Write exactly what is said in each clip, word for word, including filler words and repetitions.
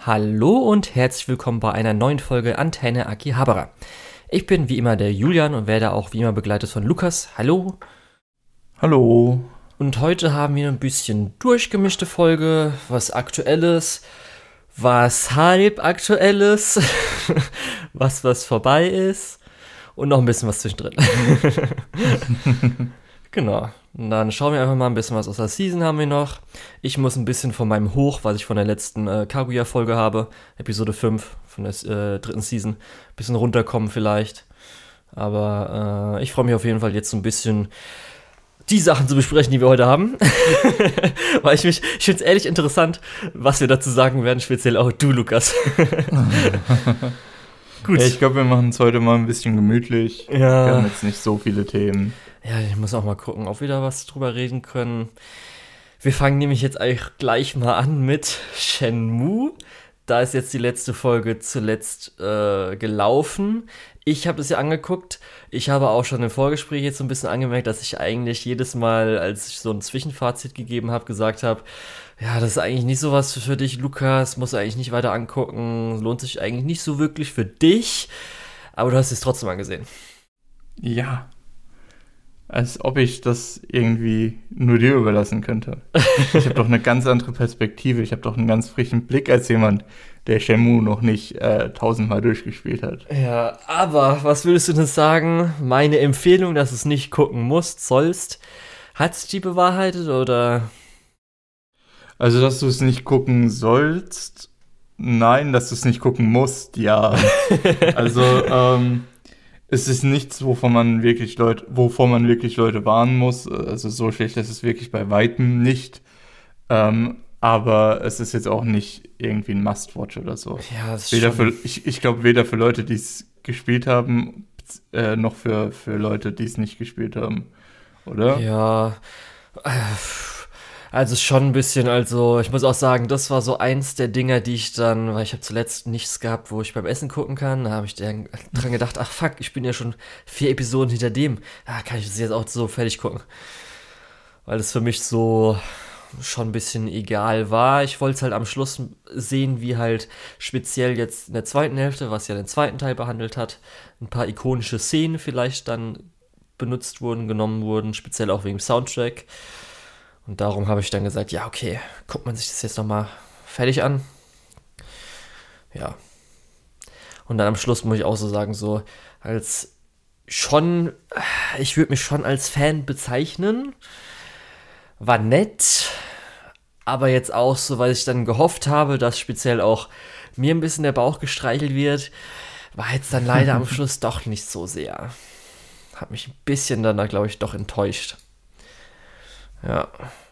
Hallo und herzlich willkommen bei einer neuen Folge Antenne Akihabara. Ich bin wie immer der Julian und werde auch wie immer begleitet von Lukas. Hallo. Hallo. Und heute haben wir ein bisschen durchgemischte Folge, was Aktuelles, was halb Aktuelles, was was vorbei ist und noch ein bisschen was zwischendrin. Genau. Und dann schauen wir einfach mal ein bisschen was aus der Season haben wir noch. Ich muss ein bisschen von meinem Hoch, was ich von der letzten äh, Kaguya-Folge habe, Episode fünf von der äh, dritten Season, ein bisschen runterkommen vielleicht. Aber äh, ich freue mich auf jeden Fall jetzt so ein bisschen die Sachen zu besprechen, die wir heute haben. Weil ich mich, ich finde es ehrlich interessant, was wir dazu sagen werden, speziell auch du, Lukas. Gut. Ja, ich glaube, wir machen es heute mal ein bisschen gemütlich. Ja. Wir haben jetzt nicht so viele Themen. Ja, ich muss auch mal gucken, ob wir da was drüber reden können. Wir fangen nämlich jetzt eigentlich gleich mal an mit Shenmue. Da ist jetzt die letzte Folge zuletzt äh, gelaufen. Ich habe das ja angeguckt. Ich habe auch schon im Vorgespräch jetzt so ein bisschen angemerkt, dass ich eigentlich jedes Mal, als ich so ein Zwischenfazit gegeben habe, gesagt habe, ja, das ist eigentlich nicht so was für dich, Lukas, musst du eigentlich nicht weiter angucken, lohnt sich eigentlich nicht so wirklich für dich, aber du hast es trotzdem angesehen. Ja, als ob ich das irgendwie nur dir überlassen könnte. Ich habe doch eine ganz andere Perspektive, ich habe doch einen ganz frischen Blick als jemand, der Shenmue noch nicht äh, tausendmal durchgespielt hat. Ja, aber was würdest du denn sagen, meine Empfehlung, dass du es nicht gucken musst, sollst, hat sich die bewahrheitet oder? Also, dass du es nicht gucken sollst, nein, dass du es nicht gucken musst, ja. Also, ähm, es ist nichts, wovon man wirklich Leute, wovon man wirklich Leute warnen muss. Also so schlecht ist es wirklich bei Weitem nicht. Ähm, aber es ist jetzt auch nicht irgendwie ein Must-Watch oder so. Ja, das ist weder schon... für, ich ich glaube, weder für Leute, die es gespielt haben, äh, noch für, für Leute, die es nicht gespielt haben. Oder? Ja, also schon ein bisschen, also ich muss auch sagen, das war so eins der Dinger, die ich dann, weil ich habe zuletzt nichts gehabt, wo ich beim Essen gucken kann, da habe ich dann dran gedacht, ach fuck, ich bin ja schon vier Episoden hinter dem, da kann ich das jetzt auch so fertig gucken. Weil das für mich so schon ein bisschen egal war. Ich wollte es halt am Schluss sehen, wie halt speziell jetzt in der zweiten Hälfte, was ja den zweiten Teil behandelt hat, ein paar ikonische Szenen vielleicht dann benutzt wurden, genommen wurden, speziell auch wegen dem Soundtrack. Und darum habe ich dann gesagt, ja, okay, guckt man sich das jetzt nochmal fertig an. Ja. Und dann am Schluss muss ich auch so sagen, so als schon, ich würde mich schon als Fan bezeichnen. War nett, aber jetzt auch so, weil ich dann gehofft habe, dass speziell auch mir ein bisschen der Bauch gestreichelt wird, war jetzt dann leider am Schluss doch nicht so sehr. Hat mich ein bisschen dann, glaube ich, doch enttäuscht. Ja.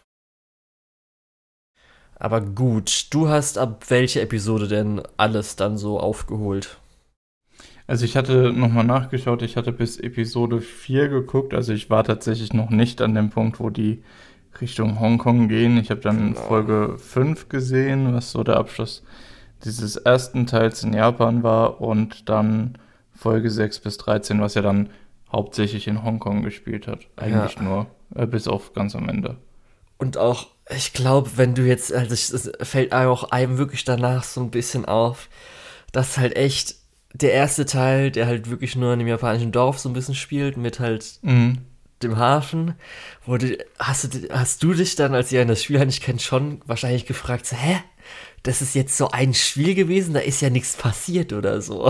Aber gut, du hast ab welcher Episode denn alles dann so aufgeholt? Also ich hatte nochmal nachgeschaut, ich hatte bis Episode vier geguckt, also ich war tatsächlich noch nicht an dem Punkt, wo die Richtung Hongkong gehen. Ich habe dann Genau. Folge fünf gesehen, was so der Abschluss dieses ersten Teils in Japan war, und dann Folge sechs bis dreizehn, was ja dann hauptsächlich in Hongkong gespielt hat. Eigentlich Ja. nur, äh, bis auf ganz am Ende. Und auch, ich glaube, wenn du jetzt, also es fällt auch einem wirklich danach so ein bisschen auf, dass halt echt der erste Teil, der halt wirklich nur in dem japanischen Dorf so ein bisschen spielt, mit halt Mhm. dem Hafen, wo du, hast du, hast du dich dann, als ihr in das Spiel halt nicht kennt, schon wahrscheinlich gefragt, so, hä? Das ist jetzt so ein Spiel gewesen, da ist ja nichts passiert oder so.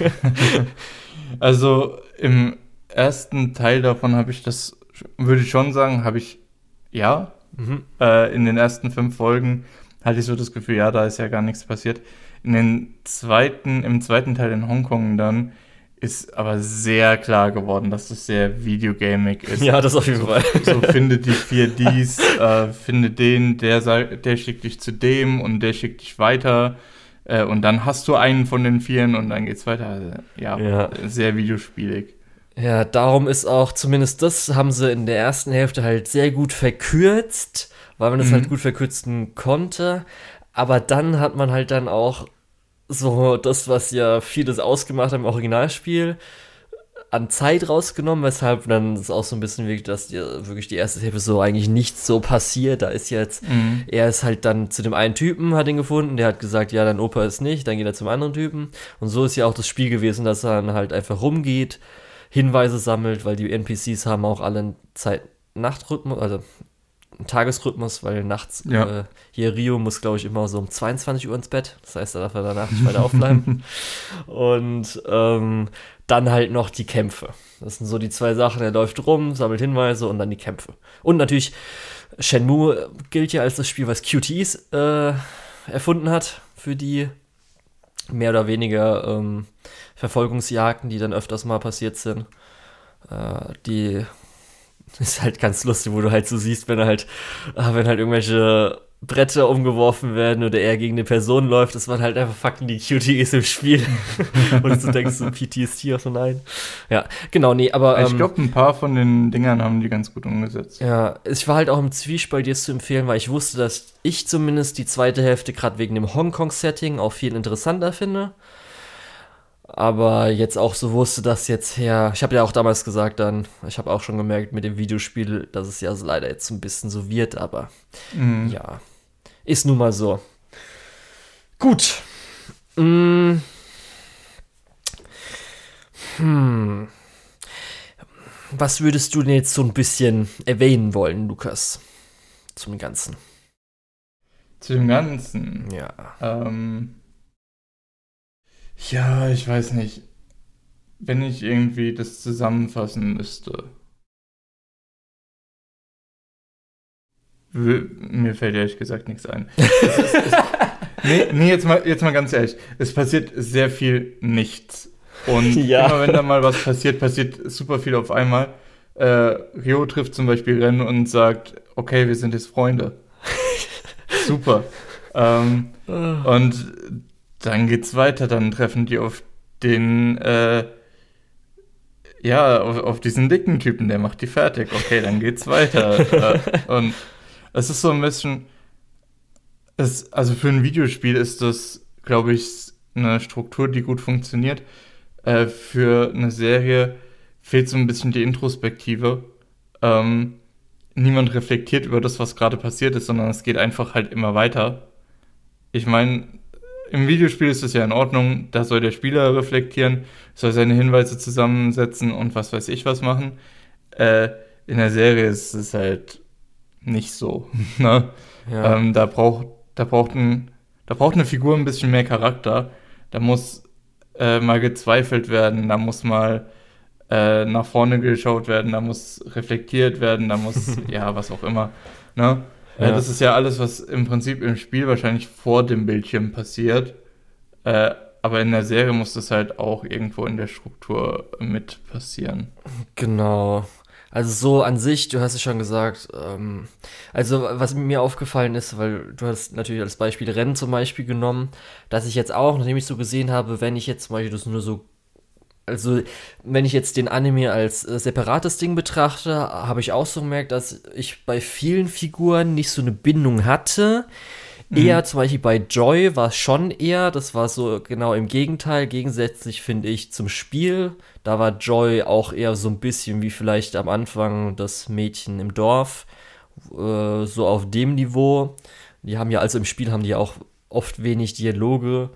Also im ersten Teil davon habe ich das, würde ich schon sagen, habe ich, ja, Mhm. äh, in den ersten fünf Folgen hatte ich so das Gefühl, ja, da ist ja gar nichts passiert. In den zweiten, im zweiten Teil in Hongkong dann ist aber sehr klar geworden, dass das sehr videogamig ist. Ja, das auf jeden so, Fall. So finde die vier Ds, äh, finde den, der, sag- der schickt dich zu dem und der schickt dich weiter. Äh, und dann hast du einen von den Vieren und dann geht's weiter. Also, ja, Ja. sehr videospielig. Ja, darum ist auch, zumindest das haben sie in der ersten Hälfte halt sehr gut verkürzt, weil man das Mhm. halt gut verkürzen konnte. Aber dann hat man halt dann auch so das, was ja vieles ausgemacht hat im Originalspiel, an Zeit rausgenommen, weshalb dann es auch so ein bisschen wirkt, dass die, wirklich die erste Hälfte so eigentlich nichts so passiert. Da ist jetzt, mhm. er ist halt dann zu dem einen Typen, hat ihn gefunden, der hat gesagt, ja, dein Opa ist nicht, dann geht er zum anderen Typen. Und so ist ja auch das Spiel gewesen, dass er dann halt einfach rumgeht, Hinweise sammelt, weil die N P Cs haben auch alle einen Zeit-Nacht-Rhythmus, also einen Tagesrhythmus, weil nachts, ja. äh, hier Rio muss, glaube ich, immer so um zweiundzwanzig Uhr ins Bett. Das heißt, da darf er danach nicht weiter aufbleiben. Und ähm, dann halt noch die Kämpfe. Das sind so die zwei Sachen. Er läuft rum, sammelt Hinweise und dann die Kämpfe. Und natürlich, Shenmue gilt ja als das Spiel, was Q T Es äh, erfunden hat für die mehr oder weniger ähm, Verfolgungsjagden, die dann öfters mal passiert sind. Äh, die ist halt ganz lustig, wo du halt so siehst, wenn er halt, wenn halt irgendwelche Bretter umgeworfen werden oder er gegen eine Person läuft, das waren halt einfach fucking die Q T Es im Spiel. Und du denkst so, P T S D oder so, nein. Ja, genau, nee, aber... Ich glaube, ein paar von den Dingern haben die ganz gut umgesetzt. Ja, ich war halt auch im Zwiespalt, dir es zu empfehlen, weil ich wusste, dass ich zumindest die zweite Hälfte gerade wegen dem Hongkong-Setting auch viel interessanter finde. Aber jetzt auch so wusste, dass jetzt her, ich habe ja auch damals gesagt dann, ich habe auch schon gemerkt mit dem Videospiel, dass es ja so leider jetzt ein bisschen so wird, aber mhm. ja, ist nun mal so. Gut. Hm. Hm. Was würdest du denn jetzt so ein bisschen erwähnen wollen, Lukas, zum Ganzen? Zum Ganzen? Ja. Ähm... Ja, ich weiß nicht. Wenn ich irgendwie das zusammenfassen müsste. W- mir fällt ehrlich gesagt nichts ein. es ist, es, nee, nee jetzt, mal, jetzt mal ganz ehrlich. Es passiert sehr viel nichts. Und ja. immer wenn da mal was passiert, passiert super viel auf einmal. Äh, Rio trifft zum Beispiel Ren und sagt, okay, wir sind jetzt Freunde. Super. Ähm, und dann geht's weiter, dann treffen die auf den, äh, ja, auf, auf diesen dicken Typen, der macht die fertig. Okay, dann geht's weiter. äh, und es ist so ein bisschen, es, also für ein Videospiel ist das, glaube ich, eine Struktur, die gut funktioniert. Äh, für eine Serie fehlt so ein bisschen die Introspektive. Ähm, niemand reflektiert über das, was gerade passiert ist, sondern es geht einfach halt immer weiter. Ich meine, im Videospiel ist es ja in Ordnung, da soll der Spieler reflektieren, soll seine Hinweise zusammensetzen und was weiß ich was machen. Äh, in der Serie ist es halt nicht so. Ne? Ja. Ähm, da braucht, da braucht ein, da braucht eine Figur ein bisschen mehr Charakter. Da muss äh, mal gezweifelt werden, da muss mal äh, nach vorne geschaut werden, da muss reflektiert werden, da muss, ja, was auch immer. Ne? Ja. Das ist ja alles, was im Prinzip im Spiel wahrscheinlich vor dem Bildschirm passiert. Äh, aber in der Serie muss das halt auch irgendwo in der Struktur mit passieren. Genau. Also so an sich, du hast es schon gesagt, ähm, also was mir aufgefallen ist, weil du hast natürlich als Beispiel Rennen zum Beispiel genommen, dass ich jetzt auch, nachdem ich so gesehen habe, wenn ich jetzt zum Beispiel das nur so Also, wenn ich jetzt den Anime als äh, separates Ding betrachte, habe ich auch so gemerkt, dass ich bei vielen Figuren nicht so eine Bindung hatte. Mhm. Eher zum Beispiel bei Joy war es schon eher, das war so genau im Gegenteil, gegensätzlich finde ich zum Spiel. Da war Joy auch eher so ein bisschen wie vielleicht am Anfang das Mädchen im Dorf, äh, so auf dem Niveau. Die haben ja, also im Spiel haben die auch oft wenig Dialoge.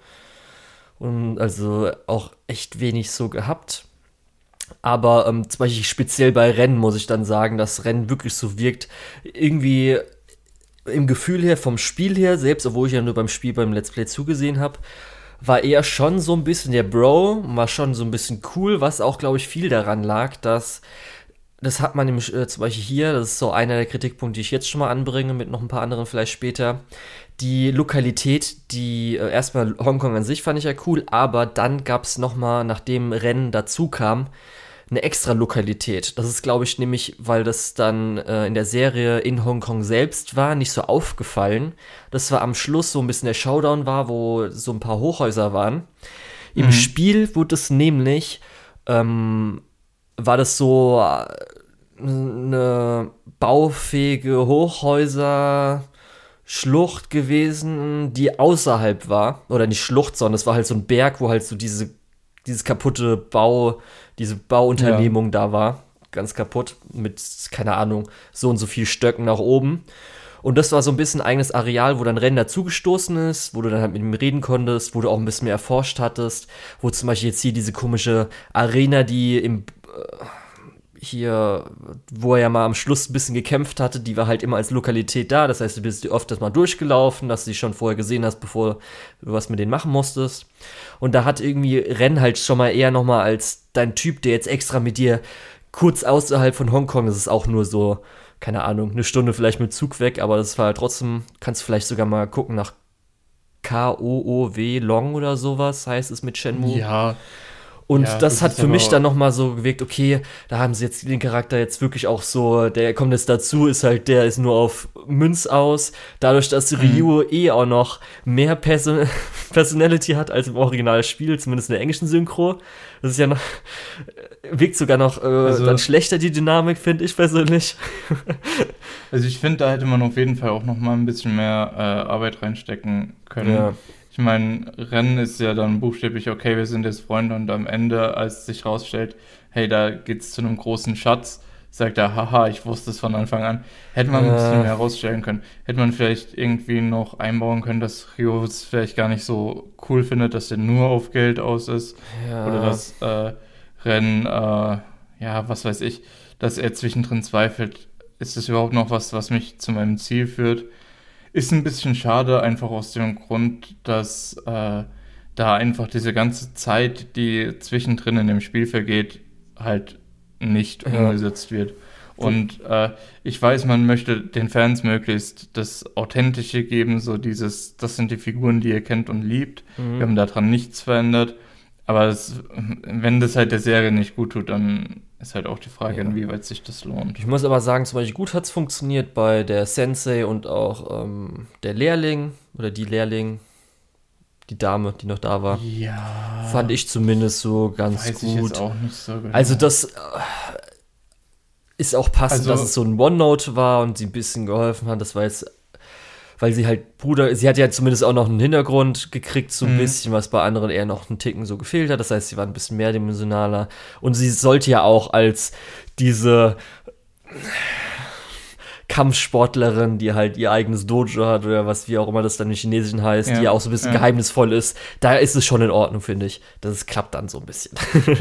Und also auch echt wenig so gehabt. Aber ähm, zum Beispiel speziell bei Rennen muss ich dann sagen, dass Rennen wirklich so wirkt, irgendwie im Gefühl her, vom Spiel her, selbst obwohl ich ja nur beim Spiel beim Let's Play zugesehen habe, war er schon so ein bisschen der Bro, war schon so ein bisschen cool, was auch, glaube ich, viel daran lag, dass das hat man im, äh, zum Beispiel hier, das ist so einer der Kritikpunkte, die ich jetzt schon mal anbringe, mit noch ein paar anderen vielleicht später. Die Lokalität, die äh, erstmal Hongkong an sich fand ich ja cool, aber dann gab es nochmal, nachdem Rennen dazu kam, eine extra Lokalität. Das ist, glaube ich, nämlich, weil das dann äh, in der Serie in Hongkong selbst war, nicht so aufgefallen. Das war am Schluss so ein bisschen der Showdown war, wo so ein paar Hochhäuser waren. Im mhm. Spiel wurde es nämlich ähm, war das so eine baufähige Hochhäuser-Schlucht gewesen, die außerhalb war. Oder nicht Schlucht, sondern es war halt so ein Berg, wo halt so diese dieses kaputte Bau, diese Bauunternehmung ja. da war. Ganz kaputt, mit, keine Ahnung, so und so viel Stöcken nach oben. Und das war so ein bisschen ein eigenes Areal, wo dann Ren dazugestoßen ist, wo du dann halt mit ihm reden konntest, wo du auch ein bisschen mehr erforscht hattest, wo zum Beispiel jetzt hier diese komische Arena, die im äh, hier, wo er ja mal am Schluss ein bisschen gekämpft hatte, die war halt immer als Lokalität da, das heißt, du bist oft das mal durchgelaufen, dass du sie schon vorher gesehen hast, bevor du was mit denen machen musstest. Und da hat irgendwie Ren halt schon mal eher nochmal als dein Typ, der jetzt extra mit dir kurz außerhalb von Hongkong, das ist auch nur so, keine Ahnung, eine Stunde vielleicht mit Zug weg, aber das war halt trotzdem, kannst du vielleicht sogar mal gucken nach K O O W Long oder sowas, heißt es mit Shenmue. Ja. Und ja, das, das hat für mich dann nochmal so gewirkt, okay, da haben sie jetzt den Charakter jetzt wirklich auch so, der kommt jetzt dazu, ist halt, der ist nur auf Münz aus. Dadurch, dass Ryu mhm. eh auch noch mehr Person- Personality hat als im Originalspiel, zumindest in der englischen Synchro. Das ist ja noch, wirkt sogar noch äh, also, dann schlechter, die Dynamik, finde ich persönlich. Also ich finde, da hätte man auf jeden Fall auch noch mal ein bisschen mehr äh, Arbeit reinstecken können. Ja. Ich meine, Ren ist ja dann buchstäblich, okay, wir sind jetzt Freunde, und am Ende, als es sich rausstellt, hey, da geht's zu einem großen Schatz, sagt er, haha, ich wusste es von Anfang an. Hätte man äh. ein bisschen mehr herausstellen können. Hätte man vielleicht irgendwie noch einbauen können, dass Ryo es vielleicht gar nicht so cool findet, dass er nur auf Geld aus ist. Ja. Oder dass äh, Ren, äh, ja, was weiß ich, dass er zwischendrin zweifelt, ist das überhaupt noch was, was mich zu meinem Ziel führt? Ist ein bisschen schade, einfach aus dem Grund, dass äh, da einfach diese ganze Zeit, die zwischendrin in dem Spiel vergeht, halt nicht ja. umgesetzt wird. Und äh, ich weiß, man möchte den Fans möglichst das Authentische geben, so dieses, das sind die Figuren, die ihr kennt und liebt. Mhm. Wir haben daran nichts verändert. Aber es, wenn das halt der Serie nicht gut tut, dann ist halt auch die Frage, ja. inwieweit sich das lohnt. Ich muss aber sagen, zum Beispiel gut hat es funktioniert bei der Sensei und auch ähm, der Lehrling oder die Lehrling, die Dame, die noch da war. Ja. Fand ich zumindest so ganz weiß gut. Ich jetzt auch nicht so genau. Also das äh, ist auch passend, also, dass es so ein OneNote war und sie ein bisschen geholfen hat. Das war jetzt, weil sie halt Bruder, sie hat ja zumindest auch noch einen Hintergrund gekriegt, so ein mhm. bisschen, was bei anderen eher noch einen Ticken so gefehlt hat. Das heißt, sie war ein bisschen mehrdimensionaler. Und sie sollte ja auch als diese Kampfsportlerin, die halt ihr eigenes Dojo hat oder was, wie auch immer das dann im Chinesischen heißt, ja. die ja auch so ein bisschen ja. geheimnisvoll ist, da ist es schon in Ordnung, finde ich. Das klappt dann so ein bisschen.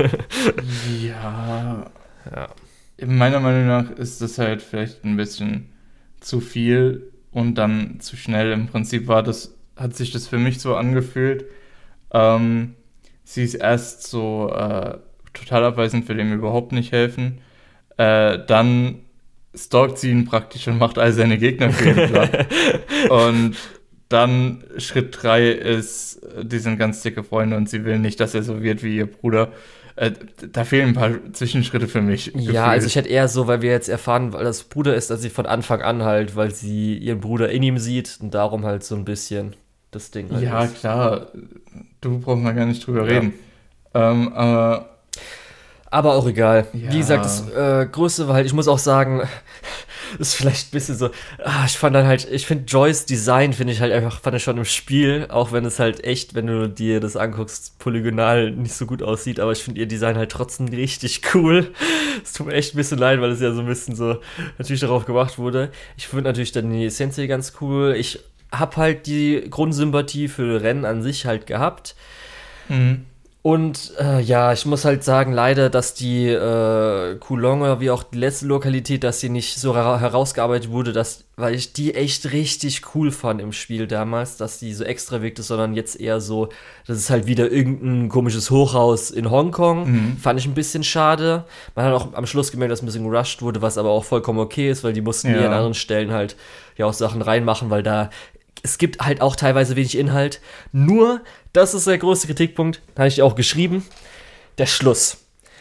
ja. ja. Meiner Meinung nach ist das halt vielleicht ein bisschen zu viel und dann zu schnell. Im Prinzip war das, hat sich das für mich so angefühlt. Ähm, sie ist erst so äh, total abweisend, will ihm überhaupt nicht helfen. Äh, dann stalkt sie ihn praktisch und macht all seine Gegner für ihn platt. Und dann Schritt drei ist, die sind ganz dicke Freunde und sie will nicht, dass er so wird wie ihr Bruder. Äh, da fehlen ein paar Zwischenschritte für mich. Ja, gefühlt. Also ich hätte eher so, weil wir jetzt erfahren, weil das Bruder ist, dass sie von Anfang an halt, weil sie ihren Bruder in ihm sieht und darum halt so ein bisschen das Ding halt ja, ist. Klar. Du brauchst mal gar nicht drüber ja. reden. Ähm, aber Aber auch egal. Ja. Wie gesagt, das äh, Größte war halt, ich muss auch sagen, ist vielleicht ein bisschen so, ah, ich fand dann halt, ich finde Joys Design, finde ich halt einfach, fand ich schon im Spiel, auch wenn es halt echt, wenn du dir das anguckst, polygonal nicht so gut aussieht, aber ich finde ihr Design halt trotzdem richtig cool. Es tut mir echt ein bisschen leid, weil es ja so ein bisschen so natürlich darauf gemacht wurde. Ich finde natürlich dann die Sensei ganz cool. Ich habe halt die Grundsympathie für Ren an sich halt gehabt. Mhm. Und äh, ja, ich muss halt sagen, leider, dass die äh, Kulonge, wie auch die letzte Lokalität, dass sie nicht so ra- herausgearbeitet wurde, dass, weil ich die echt richtig cool fand im Spiel damals, dass die so extra wirkte, sondern jetzt eher so, das ist halt wieder irgendein komisches Hochhaus in Hongkong. Mhm. Fand ich ein bisschen schade. Man hat auch am Schluss gemerkt, dass ein bisschen gerusht wurde, was aber auch vollkommen okay ist, weil die mussten ja. hier an anderen Stellen halt ja auch Sachen reinmachen, weil da es gibt halt auch teilweise wenig Inhalt. Nur, das ist der größte Kritikpunkt, habe ich auch geschrieben, der Schluss.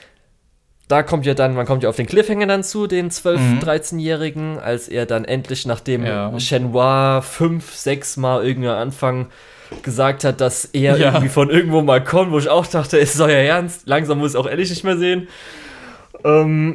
Da kommt ja dann, man kommt ja auf den Cliffhanger dann zu, den zwölf-, mhm. dreizehnjährigen, als er dann endlich, nachdem ja. Shenhua fünf, sechs Mal irgendwie am Anfang gesagt hat, dass er ja. irgendwie von irgendwo mal kommt, wo ich auch dachte, ist euer Ernst? Langsam muss ich auch ehrlich nicht mehr sehen. Ähm...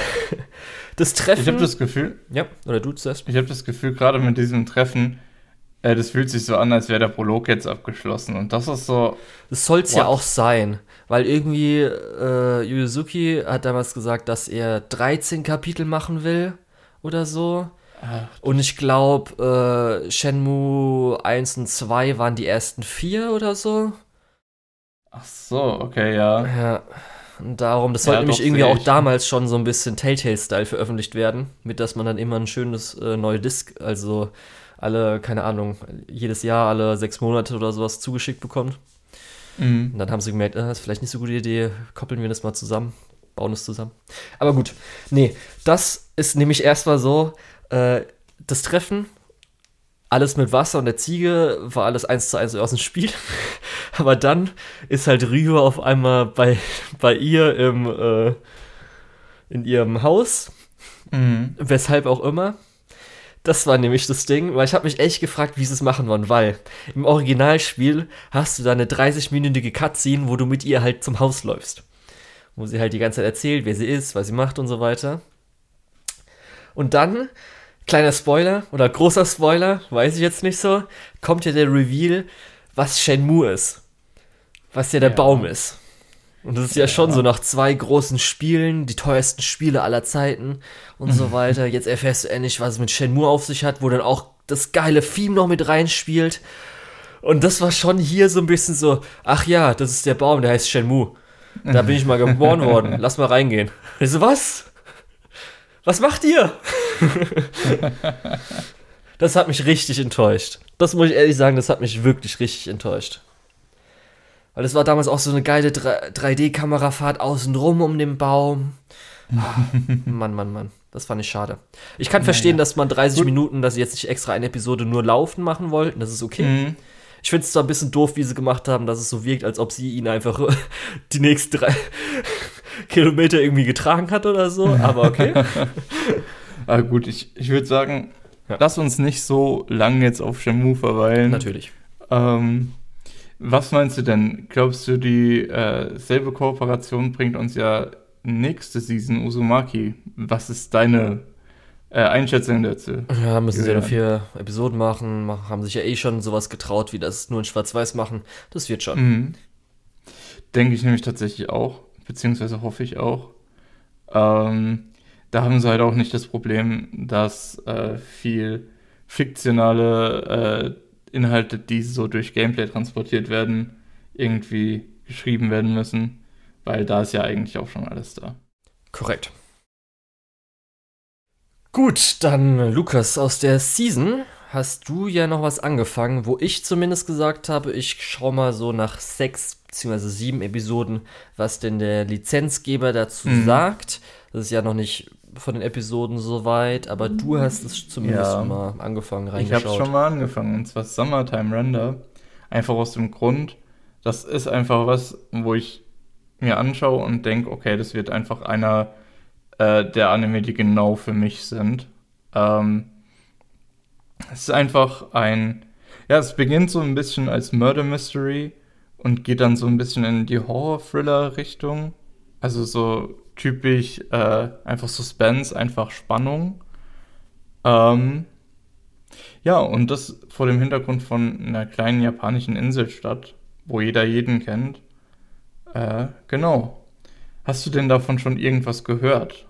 Das Treffen... Ich habe das Gefühl... Ja, oder du zuerst. Ich habe das Gefühl, gerade mit diesem Treffen Äh, das fühlt sich so an, als wäre der Prolog jetzt abgeschlossen. Und das ist so. Das soll es ja What? auch sein, weil irgendwie äh, Yu Suzuki hat damals gesagt, dass er dreizehn Kapitel machen will oder so. Ach, Und ich glaube, äh, Shenmue eins und zwei waren die ersten vier oder so. ach so, okay, ja. Ja, und darum, das Ja, sollte nämlich doch, irgendwie sehe auch ich. damals schon so ein bisschen Telltale-Style veröffentlicht werden, mit dass man dann immer ein schönes äh, neue Disc, also alle, keine Ahnung, jedes Jahr, alle sechs Monate oder sowas zugeschickt bekommt. Mhm. Und dann haben sie gemerkt, äh, ist vielleicht nicht so eine gute Idee, koppeln wir das mal zusammen, bauen es zusammen. Aber gut, nee, das ist nämlich erstmal so, äh, das Treffen, alles mit Wasser und der Ziege, war alles eins zu eins aus dem Spiel. Aber dann ist halt Ryo auf einmal bei, bei ihr im, äh, in ihrem Haus, Mhm. weshalb auch immer. Das war nämlich das Ding, weil ich habe mich echt gefragt, wie sie es machen wollen, weil im Originalspiel hast du da eine dreißig-minütige Cutscene, wo du mit ihr halt zum Haus läufst. Wo sie halt die ganze Zeit erzählt, wer sie ist, was sie macht und so weiter. Und dann, kleiner Spoiler oder großer Spoiler, weiß ich jetzt nicht so, kommt ja der Reveal, was Shenmue ist. Was ja der Ja. Baum ist. Und das ist ja, Ja. schon so nach zwei großen Spielen, die teuersten Spiele aller Zeiten und so weiter. Jetzt erfährst du endlich, was es mit Shenmue auf sich hat, wo dann auch das geile Theme noch mit reinspielt. Und das war schon hier so ein bisschen so, ach ja, das ist der Baum, der heißt Shenmue. Da bin ich mal geboren worden. Lass mal reingehen. Ich so, was? Was macht ihr? Das hat mich richtig enttäuscht. Das muss ich ehrlich sagen, das hat mich wirklich richtig enttäuscht. Weil es war damals auch so eine geile drei D-Kamerafahrt außenrum um den Baum. Ah, Mann, Mann, Mann. Das fand ich schade. Ich kann verstehen, Naja. dass man dreißig Gut. Minuten, dass sie jetzt nicht extra eine Episode nur laufen machen wollten. Das ist okay. Mhm. Ich finde es zwar ein bisschen doof, wie sie gemacht haben, dass es so wirkt, als ob sie ihn einfach die nächsten drei Kilometer irgendwie getragen hat oder so. Aber okay. Aber gut, ich, ich würde sagen, Ja. lass uns nicht so lange jetzt auf Shenmue verweilen. Natürlich. Ähm, was meinst du denn? Glaubst du, die äh, selbe Kooperation bringt uns ja nächste Season Uzumaki? Was ist deine äh, Einschätzung dazu? Ja, müssen sie ja noch Julian. vier Episoden machen, mach- haben sich ja eh schon sowas getraut, wie das nur in Schwarz-Weiß machen. Das wird schon. Mhm. Denke ich nämlich tatsächlich auch, beziehungsweise hoffe ich auch. Ähm, da haben sie halt auch nicht das Problem, dass äh, viel fiktionale äh, Inhalte, die so durch Gameplay transportiert werden, irgendwie geschrieben werden müssen, weil da ist ja eigentlich auch schon alles da. Korrekt. Gut, dann Lukas, aus der Season hast du ja noch was angefangen, wo ich zumindest gesagt habe, ich schau mal so nach sechs bzw. sieben Episoden, was denn der Lizenzgeber dazu Mhm. sagt. Das ist ja noch nicht von den Episoden so weit, aber du hast es zumindest Ja. mal angefangen, Ich reingeschaut. habe schon mal angefangen, und zwar Summertime Render. Einfach aus dem Grund, das ist einfach was, wo ich mir anschaue und denke, okay, das wird einfach einer äh, der Anime, die genau für mich sind. Ähm, es ist einfach ein, ja, es beginnt so ein bisschen als Murder Mystery und geht dann so ein bisschen in die Horror-Thriller-Richtung. Also so typisch äh, einfach Suspense, einfach Spannung. Ähm, ja, und das vor dem Hintergrund von einer kleinen japanischen Inselstadt, wo jeder jeden kennt. Äh, genau. Hast du denn davon schon irgendwas gehört?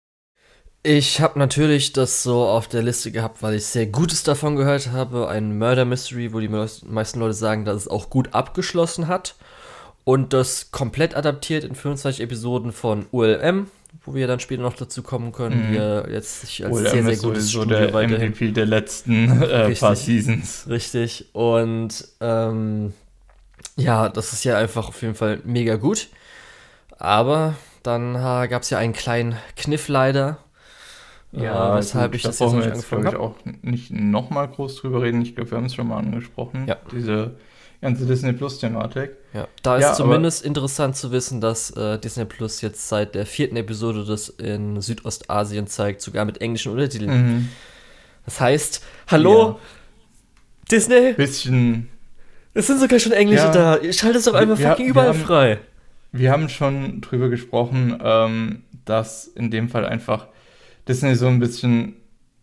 Ich habe natürlich das so auf der Liste gehabt, weil ich sehr Gutes davon gehört habe. Ein Murder Mystery, wo die meis- meisten Leute sagen, dass es auch gut abgeschlossen hat. Und das komplett adaptiert in fünfundzwanzig Episoden von U L M, wo wir dann später noch dazu kommen können, Mhm. wie er jetzt sich als O L M sehr, sehr ist gutes sowieso Studio der M V weiterhin. P der letzten äh, paar Richtig. Seasons. Richtig. Und ähm, ja, das ist ja einfach auf jeden Fall mega gut. Aber dann äh, gab es ja einen kleinen Kniff leider. äh, weshalb gut, ich da das jetzt noch brauchen wir nicht jetzt, angefangen glaube ich, habe. auch nicht nochmal groß drüber reden. Ich glaube, wir haben es schon mal angesprochen. Ja. Diese ganze Disney Plus-Thematik. Ja, da ist Ja, aber- zumindest interessant zu wissen, dass äh, Disney Plus jetzt seit der vierten Episode das in Südostasien zeigt, sogar mit englischen Untertiteln. Mhm. Das heißt, hallo, Disney, Bisschen. es sind sogar schon Englische Ja. da. Ihr schaltet es doch Wir- einfach wir- fucking wir überall haben- frei. Wir haben schon drüber gesprochen, ähm, dass in dem Fall einfach Disney so ein bisschen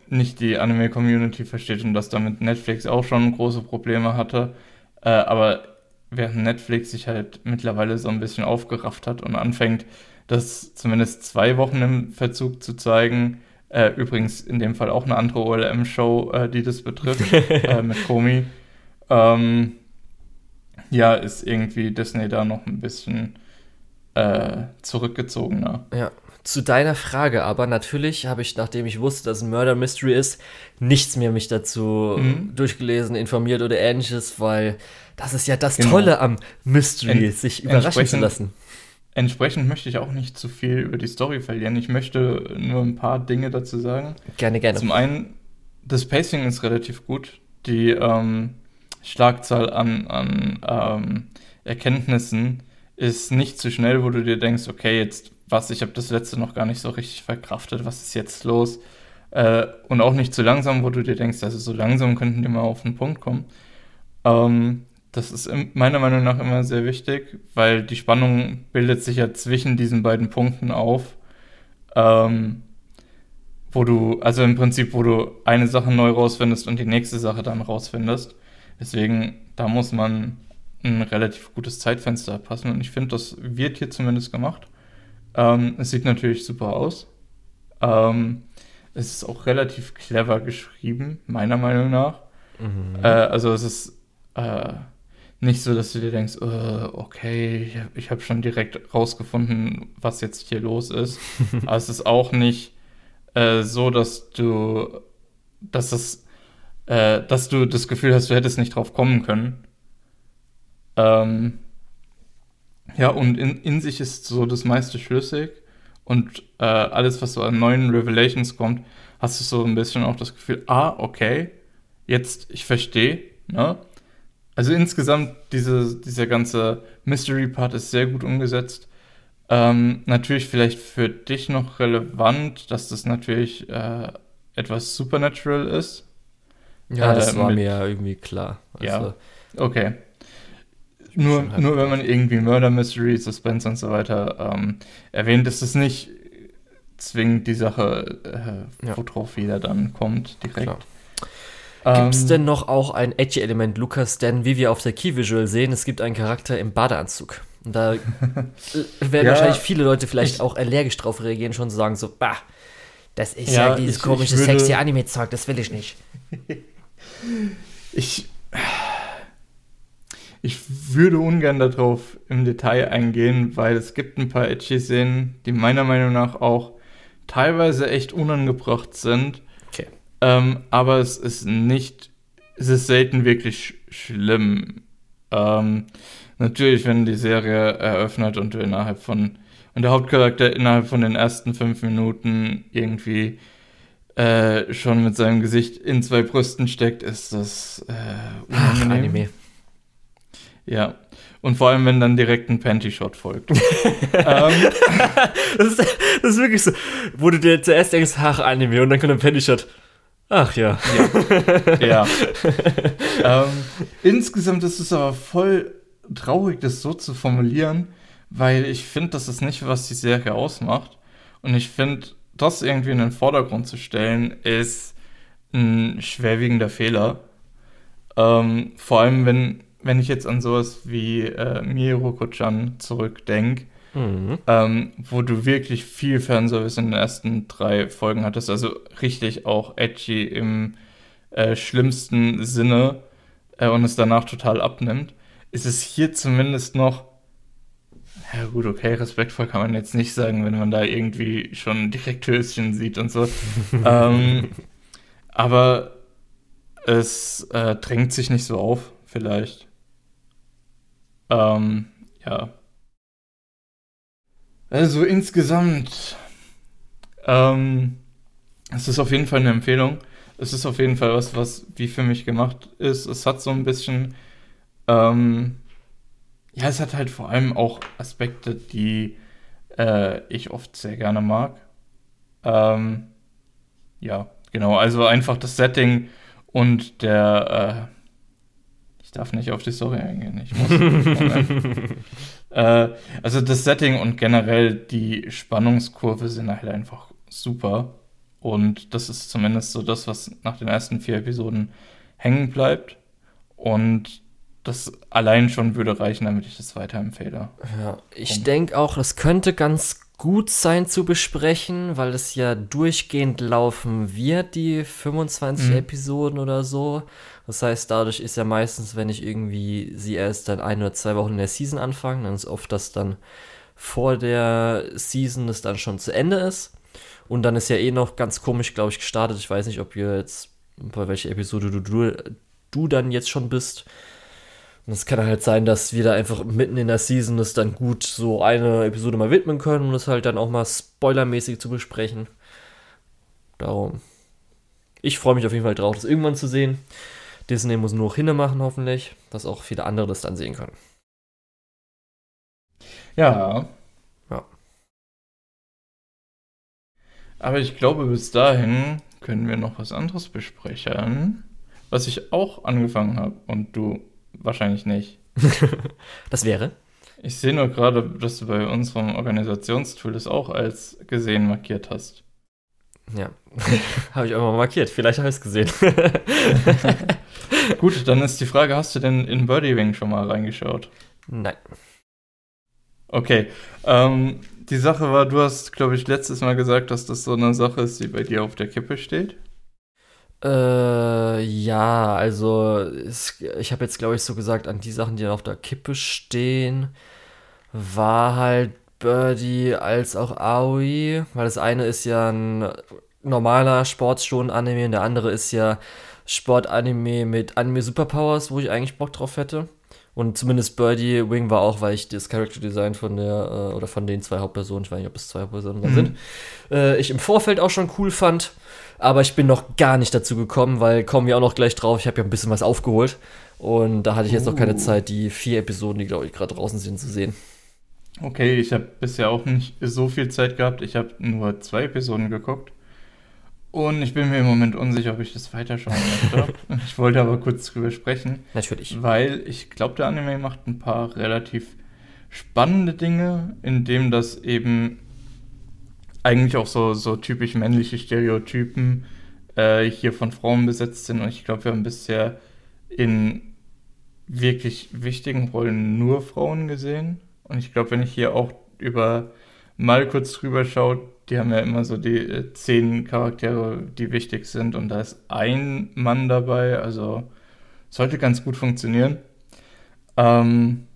nicht die Anime-Community versteht und dass damit Netflix auch schon große Probleme hatte. Äh, aber während Netflix sich halt mittlerweile so ein bisschen aufgerafft hat und anfängt, das zumindest zwei Wochen im Verzug zu zeigen, äh, übrigens in dem Fall auch eine andere O L M-Show, äh, die das betrifft, äh, mit Komi, ähm, ja, ist irgendwie Disney da noch ein bisschen äh, zurückgezogener. Ja. Zu deiner Frage aber, natürlich habe ich, nachdem ich wusste, dass es ein Murder Mystery ist, nichts mehr mich dazu Mhm. durchgelesen, informiert oder ähnliches, weil das ist ja das Genau. Tolle am Mystery, Ent- sich überraschen zu entsprechend- lassen. Entsprechend möchte ich auch nicht zu viel über die Story verlieren. Ich möchte nur ein paar Dinge dazu sagen. Gerne, gerne. Zum einen, das Pacing ist relativ gut. Die ähm, Schlagzahl an, an ähm, Erkenntnissen ist nicht zu schnell, wo du dir denkst, okay, jetzt was, ich habe das letzte noch gar nicht so richtig verkraftet, was ist jetzt los? Äh, und auch nicht zu langsam, wo du dir denkst, also so langsam könnten die mal auf den Punkt kommen. Ähm, das ist im, meiner Meinung nach immer sehr wichtig, weil die Spannung bildet sich ja zwischen diesen beiden Punkten auf. Ähm, wo du, also im Prinzip, wo du eine Sache neu rausfindest und die nächste Sache dann rausfindest. Deswegen, da muss man ein relativ gutes Zeitfenster passen und ich finde, das wird hier zumindest gemacht. Ähm, es sieht natürlich super aus. Ähm, es ist auch relativ clever geschrieben, meiner Meinung nach. Mhm. Äh, also es ist äh, nicht so, dass du dir denkst, äh, okay, ich habe ich hab schon direkt rausgefunden, was jetzt hier los ist. Aber es ist auch nicht äh, so, dass du, dass es, äh, dass du das Gefühl hast, du hättest nicht drauf kommen können. Ähm, ja, und in, in sich ist so das meiste schlüssig und äh, alles, was so an neuen Revelations kommt, hast du so ein bisschen auch das Gefühl, ah, okay, jetzt, ich verstehe, ne? Also insgesamt, diese, dieser ganze Mystery-Part ist sehr gut umgesetzt. Ähm, natürlich vielleicht für dich noch relevant, dass das natürlich äh, etwas Supernatural ist. Ja, das äh, war mit- mir ja irgendwie klar. Ja. Also, Okay. Nur, Schon halt nur wenn klar. man irgendwie Murder Mystery, Suspense und so weiter ähm, erwähnt, ist es nicht zwingend die Sache, äh, Ja. worauf jeder dann kommt direkt. Klar. Ähm, Gibt es denn noch auch ein Edgy-Element, Lukas? Denn wie wir auf der Key-Visual sehen, es gibt einen Charakter im Badeanzug. Und da äh, werden Ja, wahrscheinlich viele Leute vielleicht ich- auch allergisch drauf reagieren, schon zu sagen so, bah, das ist Ja, ja, dieses ich- komische, ich würde- sexy Anime-Zeug, das will ich nicht. Ich, ich würde ungern darauf im Detail eingehen, weil es gibt ein paar Edgy-Szenen, die meiner Meinung nach auch teilweise echt unangebracht sind. Okay. Ähm, aber es ist nicht, es ist selten wirklich sch schlimm. Ähm, natürlich, wenn die Serie eröffnet und du innerhalb von, und der Hauptcharakter innerhalb von den ersten fünf Minuten irgendwie äh, schon mit seinem Gesicht in zwei Brüsten steckt, ist das äh, Ach, unangenehm. Anime. Ja. Und vor allem, wenn dann direkt ein Panty-Shot folgt. ähm, Das ist, das ist wirklich so, wo du dir zuerst denkst, ach, Anime, und dann kommt ein Penny-Shot. Ach ja. ja. ähm, insgesamt ist es aber voll traurig, das so zu formulieren, weil ich finde, das ist nicht, was die Serie ausmacht. Und ich finde, das irgendwie in den Vordergrund zu stellen, ist ein schwerwiegender Fehler. Ähm, vor allem, wenn, wenn ich jetzt an sowas wie äh, Miroku-chan zurückdenke, Mhm. ähm, wo du wirklich viel Fanservice in den ersten drei Folgen hattest, also richtig auch edgy im äh, schlimmsten Sinne äh, und es danach total abnimmt, ist es hier zumindest noch, ja gut, okay, respektvoll kann man jetzt nicht sagen, wenn man da irgendwie schon direkt Höschen sieht und so, ähm, aber es äh, drängt sich nicht so auf, vielleicht. Ähm, ja. Also insgesamt, ähm, es ist auf jeden Fall eine Empfehlung. Es ist auf jeden Fall was, was wie für mich gemacht ist. Es hat so ein bisschen, ähm, ja, es hat halt vor allem auch Aspekte, die äh, ich oft sehr gerne mag. Ähm, ja, genau, also einfach das Setting und der, äh, ich darf nicht auf die Story eingehen, ich muss. Moment. Äh, also das Setting und generell die Spannungskurve sind halt einfach super. Und das ist zumindest so das, was nach den ersten vier Episoden hängen bleibt. Und das allein schon würde reichen, damit ich das weiterempfehle. Ja, ich denke auch, das könnte ganz gut sein zu besprechen, weil es ja durchgehend laufen wird, die fünfundzwanzig Mhm. Episoden oder so. Das heißt, dadurch ist ja meistens, wenn ich irgendwie sie erst dann ein oder zwei Wochen in der Season anfange, dann ist oft, dass dann vor der Season das dann schon zu Ende ist. Und dann ist ja eh noch ganz komisch, glaube ich, gestartet. Ich weiß nicht, ob ihr jetzt, bei welcher Episode du, du, du dann jetzt schon bist. Und es kann halt sein, dass wir da einfach mitten in der Season das dann gut so eine Episode mal widmen können, um das halt dann auch mal spoilermäßig zu besprechen. Darum. Ich freue mich auf jeden Fall drauf, das irgendwann zu sehen. Disney muss nur noch hinne machen, hoffentlich, dass auch viele andere das dann sehen können. Ja. Ja. Aber ich glaube, bis dahin können wir noch was anderes besprechen, was ich auch angefangen habe und du wahrscheinlich nicht. Das wäre? Ich sehe nur gerade, dass du bei unserem Organisationstool das auch als gesehen markiert hast. Ja, habe ich auch mal markiert. Vielleicht habe ich es gesehen. Gut, dann ist die Frage, hast du denn in Birdie Wing schon mal reingeschaut? Nein. Okay, ähm, die Sache war, du hast, glaube ich, letztes Mal gesagt, dass das so eine Sache ist, die bei dir auf der Kippe steht. Äh, ja, also es, ich habe jetzt, glaube ich, so gesagt, an die Sachen, die dann auf der Kippe stehen, war halt Birdie als auch Aoi, weil das eine ist ja ein normaler Sportstunden-Anime und der andere ist ja Sport-Anime mit Anime-Superpowers, wo ich eigentlich Bock drauf hätte. Und zumindest Birdie Wing war auch, weil ich das Character Design von der, äh, oder von den zwei Hauptpersonen, ich weiß nicht, ob es zwei Hauptpersonen da Mhm. sind, äh, ich im Vorfeld auch schon cool fand. Aber ich bin noch gar nicht dazu gekommen, weil kommen wir auch noch gleich drauf, ich habe ja ein bisschen was aufgeholt. Und da hatte ich jetzt noch keine Uh. Zeit, die vier Episoden, die, glaube ich, gerade draußen sind, zu sehen. Okay, ich habe bisher auch nicht so viel Zeit gehabt. Ich habe nur zwei Episoden geguckt. Und ich bin mir im Moment unsicher, ob ich das weiterschauen möchte. Ich wollte aber kurz drüber sprechen, Natürlich. weil ich glaube, der Anime macht ein paar relativ spannende Dinge, indem das eben eigentlich auch so, so typisch männliche Stereotypen äh, hier von Frauen besetzt sind. Und ich glaube, wir haben bisher in wirklich wichtigen Rollen nur Frauen gesehen. Und ich glaube, wenn ich hier auch über mal kurz drüber schaue, die haben ja immer so die äh, zehn Charaktere, die wichtig sind. Und da ist ein Mann dabei. Also sollte ganz gut funktionieren. Ähm,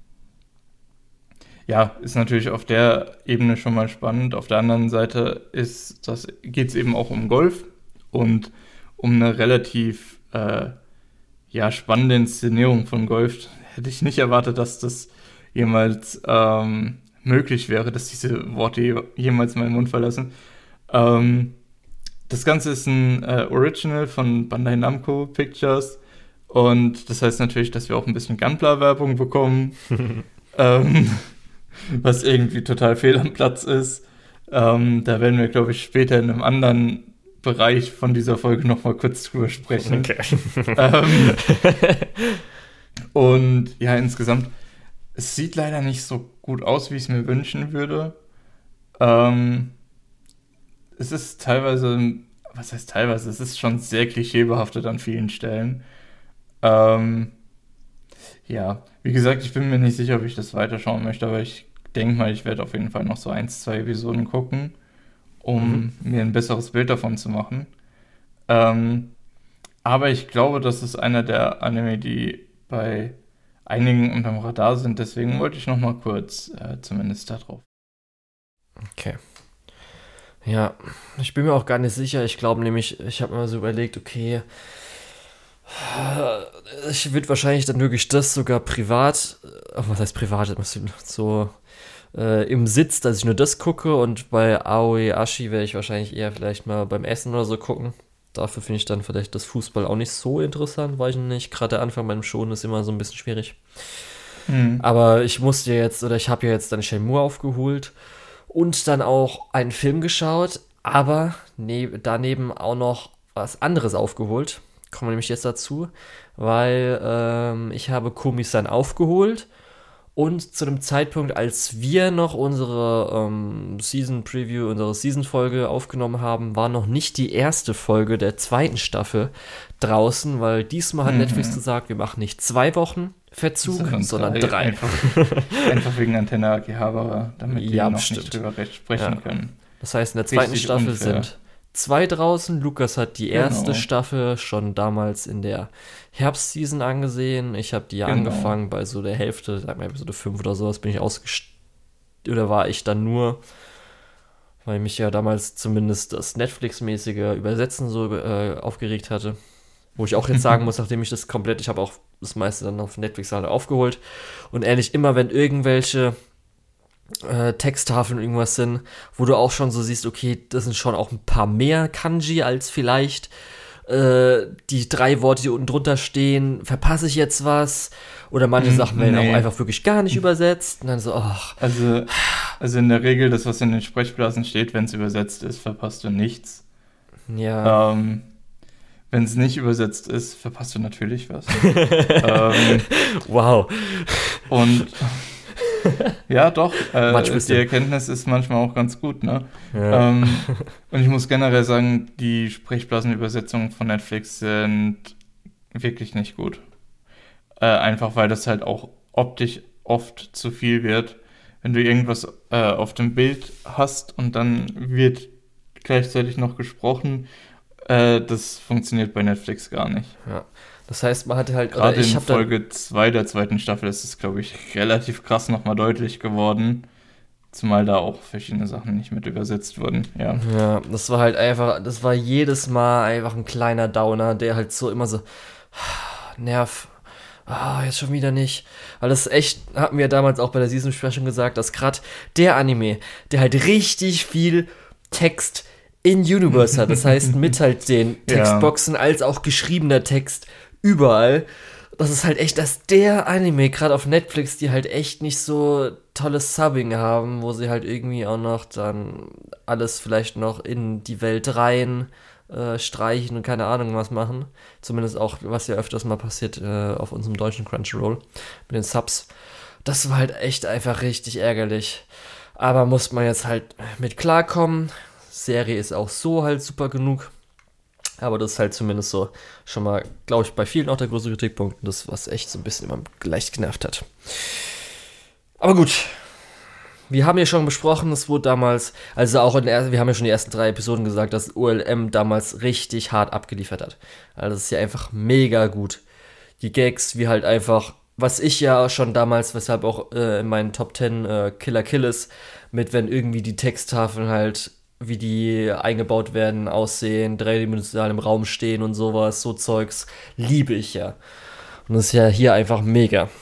ja, ist natürlich auf der Ebene schon mal spannend. Auf der anderen Seite ist das, geht es eben auch um Golf und um eine relativ äh, ja, spannende Inszenierung von Golf. Hätte ich nicht erwartet, dass das jemals ähm, möglich wäre, dass diese Worte je, jemals meinen Mund verlassen. Ähm, das Ganze ist ein äh, Original von Bandai Namco Pictures und das heißt natürlich, dass wir auch ein bisschen Gunpla-Werbung bekommen. ähm, was irgendwie total fehl am Platz ist. Ähm, da werden wir, glaube ich, später in einem anderen Bereich von dieser Folge nochmal kurz drüber sprechen. Okay. Ähm, und ja, insgesamt, es sieht leider nicht so gut aus, wie ich es mir wünschen würde. Ähm, es ist teilweise, was heißt teilweise, es ist schon sehr klischeebehaftet an vielen Stellen. Ähm, ja, wie gesagt, ich bin mir nicht sicher, ob ich das weiterschauen möchte, aber ich denke mal, ich werde auf jeden Fall noch so eins, zwei Episoden gucken, um Mhm. mir ein besseres Bild davon zu machen. Ähm, aber ich glaube, das ist einer der Anime, die bei einigen unterm Radar sind, deswegen wollte ich noch mal kurz äh, zumindest da drauf. Okay. Ja, ich bin mir auch gar nicht sicher. Ich glaube nämlich, ich habe mir so überlegt, okay, ich würde wahrscheinlich dann wirklich das sogar privat, äh, was heißt privat, so äh, im Sitz, dass ich nur das gucke und bei Aoi Ashi werde ich wahrscheinlich eher vielleicht mal beim Essen oder so gucken. Dafür finde ich dann vielleicht das Fußball auch nicht so interessant, weiß ich nicht. Gerade der Anfang beim Schonen ist immer so ein bisschen schwierig. Hm. Aber ich musste jetzt, oder ich habe ja jetzt dann Shenmue aufgeholt und dann auch einen Film geschaut, aber ne, daneben auch noch was anderes aufgeholt. Kommen wir nämlich jetzt dazu, weil ähm, ich habe Komi-san aufgeholt Und zu dem Zeitpunkt, als wir noch unsere ähm, Season-Preview, unsere Season-Folge aufgenommen haben, war noch nicht die erste Folge der zweiten Staffel draußen, weil diesmal hat mhm. Netflix gesagt, wir machen nicht zwei Wochen Verzug, so, sondern drei. drei. Einfach, einfach wegen Antenne A G Haberer, damit die ja, noch stimmt. nicht drüber recht sprechen ja. können. Das heißt, in der zweiten Richtig Staffel unfair. sind zwei draußen. Lukas hat die erste genau. Staffel schon damals in der Herbstseason angesehen. Ich habe die ja genau. angefangen bei so der Hälfte, sag mal Episode fünf oder sowas, bin ich ausgestiegen. Oder war ich dann nur, weil mich ja damals zumindest das Netflix-mäßige Übersetzen so äh, aufgeregt hatte. Wo ich auch jetzt sagen muss, nachdem ich das komplett, ich habe auch das meiste dann auf Netflix halt aufgeholt. Und ehrlich, immer wenn irgendwelche äh, Texttafeln irgendwas sind, wo du auch schon so siehst, okay, das sind schon auch ein paar mehr Kanji als vielleicht äh, die drei Worte, die unten drunter stehen, verpasse ich jetzt was? Oder manche Sachen werden nee. auch einfach wirklich gar nicht übersetzt. Und dann so, ach. Also, also in der Regel, das, was in den Sprechblasen steht, wenn es übersetzt ist, verpasst du nichts. Ja. Ähm, wenn es nicht übersetzt ist, verpasst du natürlich was. ähm, wow. Und ja, doch. Äh, die Erkenntnis ist manchmal auch ganz gut, ne? Ja. Ähm, und ich muss generell sagen, die Sprechblasenübersetzungen von Netflix sind wirklich nicht gut. Äh, einfach weil das halt auch optisch oft zu viel wird. Wenn du irgendwas äh, auf dem Bild hast und dann wird gleichzeitig noch gesprochen, äh, das funktioniert bei Netflix gar nicht. Ja. Das heißt, man hatte halt... Gerade ich in Folge zwei der zweiten Staffel ist es, glaube ich, relativ krass nochmal deutlich geworden. Zumal da auch verschiedene Sachen nicht mit übersetzt wurden, ja. Ja, das war halt einfach, das war jedes Mal einfach ein kleiner Downer, der halt so immer so, Nerv, ah, jetzt schon wieder nicht. Weil das echt, hatten wir damals auch bei der Season-Besprechung gesagt, dass gerade der Anime, der halt richtig viel Text in Universe hat, das heißt mit halt den Textboxen ja. als auch geschriebener Text überall. Das ist halt echt, dass der Anime, gerade auf Netflix, die halt echt nicht so tolles Subbing haben, wo sie halt irgendwie auch noch dann alles vielleicht noch in die Welt rein äh, streichen und keine Ahnung was machen. Zumindest auch, was ja öfters mal passiert äh, auf unserem deutschen Crunchyroll mit den Subs. Das war halt echt einfach richtig ärgerlich. Aber muss man jetzt halt mit klarkommen. Serie ist auch so halt super genug. Aber das ist halt zumindest so schon mal, glaube ich, bei vielen auch der große Kritikpunkt. Das, was echt so ein bisschen immer leicht genervt hat. Aber gut. Wir haben ja schon besprochen, es wurde damals, also auch in der, wir haben ja schon die ersten drei Episoden gesagt, dass O L M damals richtig hart abgeliefert hat. Also das ist ja einfach mega gut. Die Gags, wie halt einfach, was ich ja schon damals, weshalb auch äh, in meinen Top zehn äh, Killer Kill ist, mit wenn irgendwie die Texttafeln halt wie die eingebaut werden, aussehen, dreidimensional im Raum stehen und sowas, so Zeugs, liebe ich ja. Und das ist ja hier einfach mega.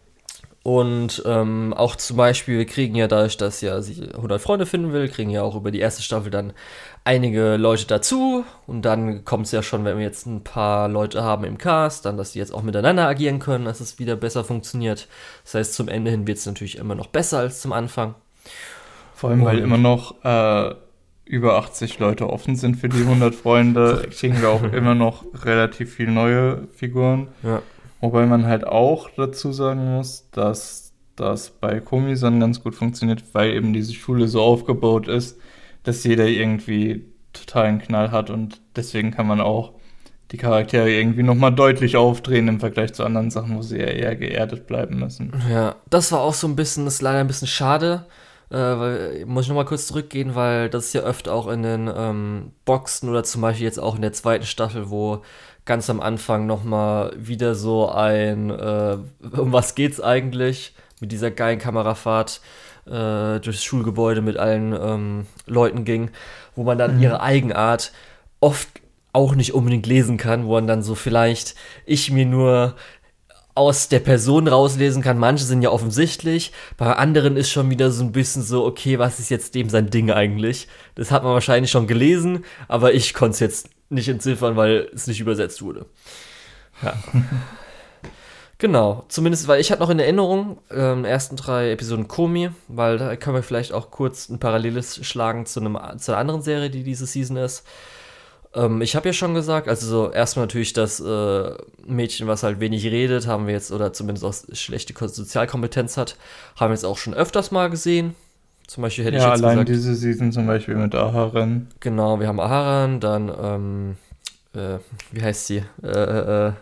Und ähm, auch zum Beispiel, wir kriegen ja dadurch, dass ja sie hundert Freunde finden will, kriegen ja auch über die erste Staffel dann einige Leute dazu. Und dann kommt es ja schon, wenn wir jetzt ein paar Leute haben im Cast, dann, dass die jetzt auch miteinander agieren können, dass es wieder besser funktioniert. Das heißt, zum Ende hin wird es natürlich immer noch besser als zum Anfang. Vor allem, und weil immer noch äh über achtzig Leute offen sind für die hundert Freunde, kriegen wir auch immer noch relativ viele neue Figuren. Ja. Wobei man halt auch dazu sagen muss, dass das bei Komi-san ganz gut funktioniert, weil eben diese Schule so aufgebaut ist, dass jeder irgendwie totalen Knall hat und deswegen kann man auch die Charaktere irgendwie nochmal deutlich aufdrehen im Vergleich zu anderen Sachen, wo sie ja eher geerdet bleiben müssen. Ja, das war auch so ein bisschen, das ist leider ein bisschen schade. Äh, weil, muss ich nochmal kurz zurückgehen, weil das ist ja öfter auch in den ähm, Boxen oder zum Beispiel jetzt auch in der zweiten Staffel, wo ganz am Anfang nochmal wieder so ein, äh, um was geht's eigentlich, mit dieser geilen Kamerafahrt äh, durchs Schulgebäude mit allen ähm, Leuten ging, wo man dann mhm. ihre Eigenart oft auch nicht unbedingt lesen kann, wo man dann so vielleicht ich mir nur aus der Person rauslesen kann. Manche sind ja offensichtlich, bei anderen ist schon wieder so ein bisschen so, okay, was ist jetzt dem sein Ding eigentlich? Das hat man wahrscheinlich schon gelesen, aber ich konnte es jetzt nicht entziffern, weil es nicht übersetzt wurde. Ja. Genau, zumindest, weil ich hatte noch in Erinnerung, ähm, ersten drei Episoden Komi, weil da können wir vielleicht auch kurz ein Paralleles schlagen zu, einem, zu einer anderen Serie, die diese Season ist. Ähm, ich habe ja schon gesagt, also so erstmal natürlich das äh, Mädchen, was halt wenig redet, haben wir jetzt, oder zumindest auch schlechte Ko- Sozialkompetenz hat, haben wir jetzt auch schon öfters mal gesehen. Zum Beispiel hätte ich Ja, jetzt allein gesagt, diese Season zum Beispiel mit Aharon. genau, wir haben Aharon, dann, ähm, äh, wie heißt sie? Äh, äh, äh,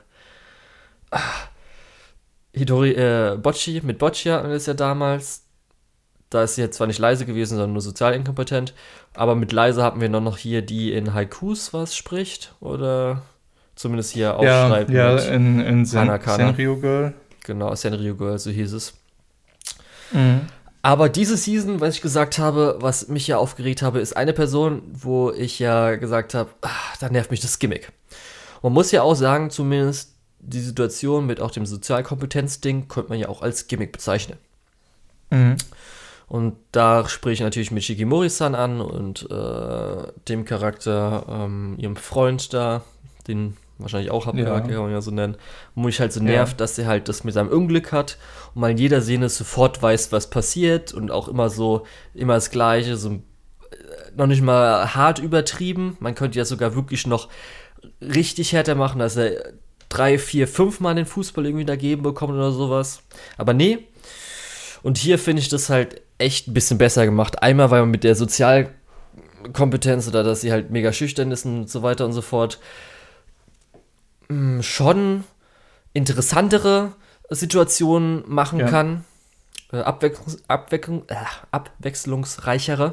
Hidori, äh, Bocci, mit Bocci hatten wir das ja damals. Da ist sie jetzt zwar nicht leise gewesen, sondern nur sozial inkompetent. Aber mit leise hatten wir noch, noch hier, die in Haikus was spricht. Oder zumindest hier Ja, aufschreibt ja, mit in, in Sen Hanakana. Senryu Girl. Genau, Senryu Girl, so hieß es. Mhm. Aber diese Season, was ich gesagt habe, was mich ja aufgeregt habe, ist eine Person, wo ich ja gesagt habe, ah, da nervt mich das Gimmick. Man muss ja auch sagen, zumindest die Situation mit auch dem Sozialkompetenzding könnte man ja auch als Gimmick bezeichnen. Mhm. Und da spreche ich natürlich mit Shikimori-san an und äh, dem Charakter, ähm, ihrem Freund da, den wahrscheinlich auch Hauptcharakter, Ja. kann man ja so nennen, wo mich halt so nervt, ja. dass er halt das mit seinem Unglück hat und mal in jeder Szene sofort weiß, was passiert und auch immer so, immer das Gleiche, so äh, noch nicht mal hart übertrieben. Man könnte ja sogar wirklich noch richtig härter machen, dass er drei, vier, fünf Mal den Fußball irgendwie dagegen bekommt oder sowas. Aber nee. Und hier finde ich das halt echt ein bisschen besser gemacht. Einmal, weil man mit der Sozialkompetenz oder dass sie halt mega schüchtern ist und so weiter und so fort mh, schon interessantere Situationen machen Ja. kann. Äh, Abwechslungs Abwechslung äh, abwechslungsreichere.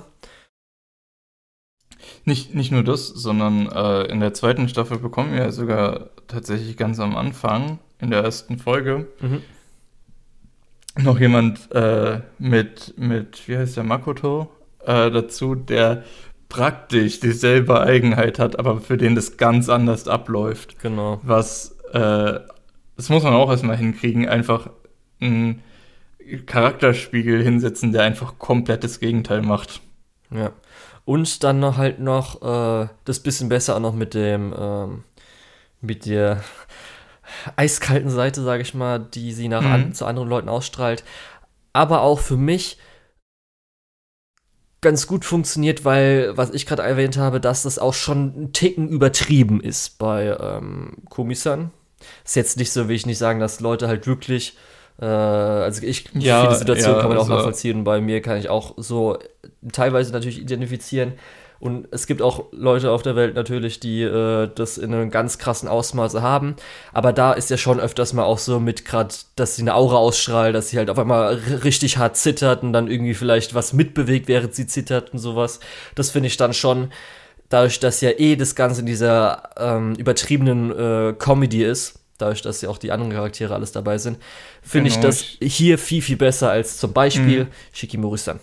Nicht, nicht nur das, sondern äh, in der zweiten Staffel bekommen wir ja sogar tatsächlich ganz am Anfang, in der ersten Folge, Mhm. noch jemand äh, mit, mit, wie heißt der, Makoto, äh, dazu, der praktisch dieselbe Eigenheit hat, aber für den das ganz anders abläuft. Genau. Was, äh, das muss man auch erstmal hinkriegen, einfach einen Charakterspiegel hinsetzen, der einfach komplett das Gegenteil macht. Ja. Und dann noch halt noch äh, das bisschen besser auch noch mit dem, ähm, mit der eiskalten Seite, sage ich mal, die sie nach Mhm. an, zu anderen Leuten ausstrahlt. Aber auch für mich ganz gut funktioniert, weil, was ich gerade erwähnt habe, dass das auch schon ein Ticken übertrieben ist bei ähm, Komi-san. Ist jetzt nicht so, will ich nicht sagen, dass Leute halt wirklich, äh, also ich, Ja, viele Situationen ja, kann man auch also- nachvollziehen und bei mir kann ich auch so teilweise natürlich identifizieren. Und es gibt auch Leute auf der Welt natürlich, die äh, das in einem ganz krassen Ausmaße haben. Aber da ist ja schon öfters mal auch so mit gerade, dass sie eine Aura ausstrahlt, dass sie halt auf einmal r- richtig hart zittert und dann irgendwie vielleicht was mitbewegt, während sie zittert und sowas. Das finde ich dann schon, dadurch, dass ja eh das Ganze in dieser ähm, übertriebenen äh, Comedy ist, dadurch, dass ja auch die anderen Charaktere alles dabei sind, finde ich Genau, das hier viel, viel besser als zum Beispiel Mhm. Shikimori-san.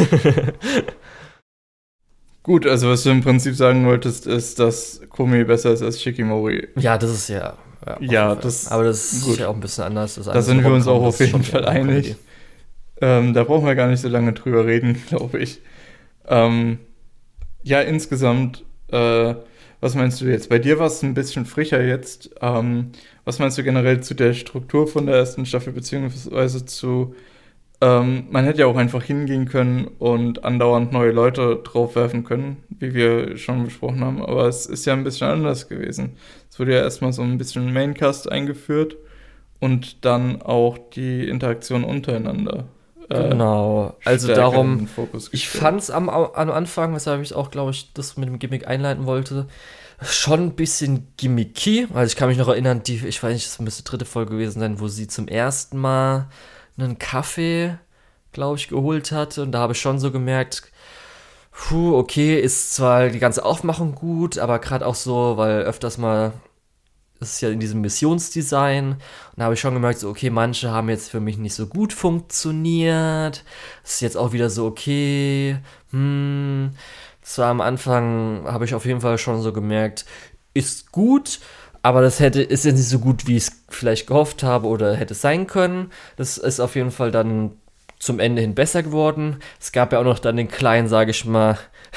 Gut, also was du im Prinzip sagen wolltest, ist, dass Komi besser ist als Shikimori. Ja, das ist ja. Ja, auf Ja, jeden Fall. das- aber das ist gut. ja auch ein bisschen anders. Das Da eine sind ist wir uns Rom-Com, auch das auf ist jeden schon Fall eher eine einig. Comedy. Ähm, da brauchen wir gar nicht so lange drüber reden, glaube ich. Ähm, ja, insgesamt, äh, was meinst du jetzt? Bei dir war es ein bisschen frischer jetzt. Ähm, was meinst du generell zu der Struktur von der ersten Staffel, beziehungsweise zu, ähm, man hätte ja auch einfach hingehen können und andauernd neue Leute draufwerfen können, wie wir schon besprochen haben, aber es ist ja ein bisschen anders gewesen. Es wurde ja erstmal so ein bisschen Maincast eingeführt und dann auch die Interaktion untereinander. äh, Genau. Also stärker in darum, den Fokus ich gestellt. fand es am, am Anfang, weshalb ich auch, glaube ich, das mit dem Gimmick einleiten wollte, schon ein bisschen gimmicky. Also ich kann mich noch erinnern, die, ich weiß nicht, das müsste die dritte Folge gewesen sein, wo sie zum ersten Mal einen Kaffee, glaube ich, geholt hatte. Und da habe ich schon so gemerkt, puh, okay, ist zwar die ganze Aufmachung gut, aber gerade auch so, weil öfters mal, das ist ja in diesem Missionsdesign, und da habe ich schon gemerkt, so, okay, manche haben jetzt für mich nicht so gut funktioniert. Das ist jetzt auch wieder so, okay, hm, zwar am Anfang habe ich auf jeden Fall schon so gemerkt, ist gut, aber das hätte, ist jetzt nicht so gut, wie ich es vielleicht gehofft habe oder hätte es sein können. Das ist auf jeden Fall dann zum Ende hin besser geworden. Es gab ja auch noch dann den kleinen, sage ich mal,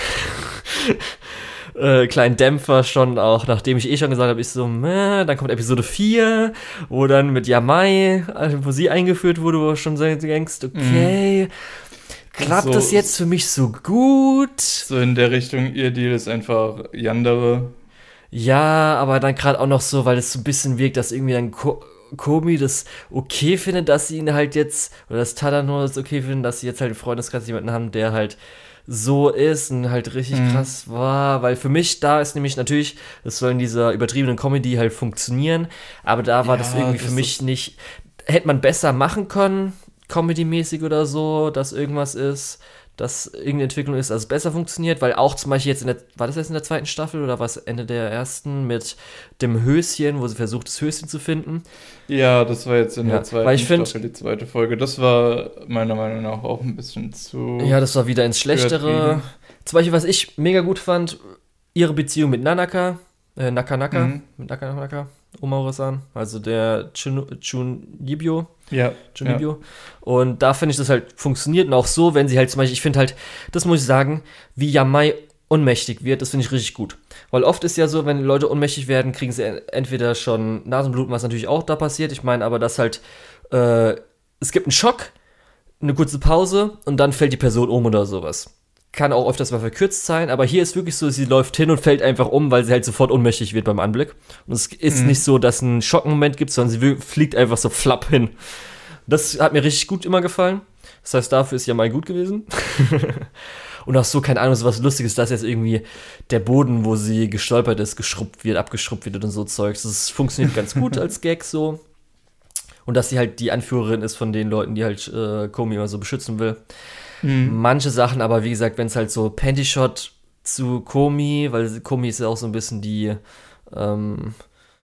äh, kleinen Dämpfer schon auch, nachdem ich eh schon gesagt habe, ich so, meh, dann kommt Episode vier, wo dann mit Yamai, also wo sie eingeführt wurde, wo du schon so denkst, okay, klappt So- das jetzt für mich so gut? So in der Richtung, ihr Deal ist einfach Yandere. Ja, aber dann gerade auch noch so, weil es so ein bisschen wirkt, dass irgendwie dann Ko Komi das okay findet, dass sie ihn halt jetzt, oder dass Tadano das okay findet, dass sie jetzt halt im Freundeskreis jemanden haben, der halt so ist und halt richtig Mhm. krass war, weil für mich da ist nämlich natürlich, das soll in dieser übertriebenen Comedy halt funktionieren, aber da war das Ja, irgendwie für das mich ist. nicht, hätte man besser machen können, Comedy-mäßig oder so, dass irgendwas ist, dass irgendeine Entwicklung ist, dass es besser funktioniert, weil auch zum Beispiel jetzt in der, war das jetzt in der zweiten Staffel oder war es Ende der ersten mit dem Höschen, wo sie versucht, das Höschen zu finden? Ja, das war jetzt in Ja, der weil ich zweiten finde, Staffel die zweite Folge. Das war meiner Meinung nach auch ein bisschen zu ja, das war wieder ins Schlechtere. übertrieben. Zum Beispiel, was ich mega gut fand, ihre Beziehung mit Nanaka, äh, Naka Naka, Mhm. mit Naka Naka, Omaura-san, also der Chun, Chunibyo, Ja, ja. Chunibyo. Und da finde ich, das halt funktioniert und auch so, wenn sie halt zum Beispiel, ich finde halt, das muss ich sagen, wie Yamai ohnmächtig wird, das finde ich richtig gut. Weil oft ist ja so, wenn Leute ohnmächtig werden, kriegen sie entweder schon Nasenbluten, was natürlich auch da passiert. Ich meine aber, dass halt, äh, es gibt einen Schock, eine kurze Pause und dann fällt die Person um oder sowas. Kann auch öfters mal verkürzt sein, aber hier ist wirklich so, sie läuft hin und fällt einfach um, weil sie halt sofort ohnmächtig wird beim Anblick. Und es ist Mhm. nicht so, dass es einen Schockmoment gibt, sondern sie will- fliegt einfach so flapp hin. Das hat mir richtig gut immer gefallen. Das heißt, dafür ist ja mal gut gewesen. Und auch so, keine Ahnung, so was Lustiges, dass jetzt irgendwie der Boden, wo sie gestolpert ist, geschrubbt wird, abgeschrubbt wird und so Zeugs. Das funktioniert ganz gut als Gag so. Und dass sie halt die Anführerin ist von den Leuten, die halt äh, Komi immer so beschützen will. Mhm. Manche Sachen, aber wie gesagt, wenn es halt so Panty-Shot zu Komi, weil Komi ist ja auch so ein bisschen die, ähm,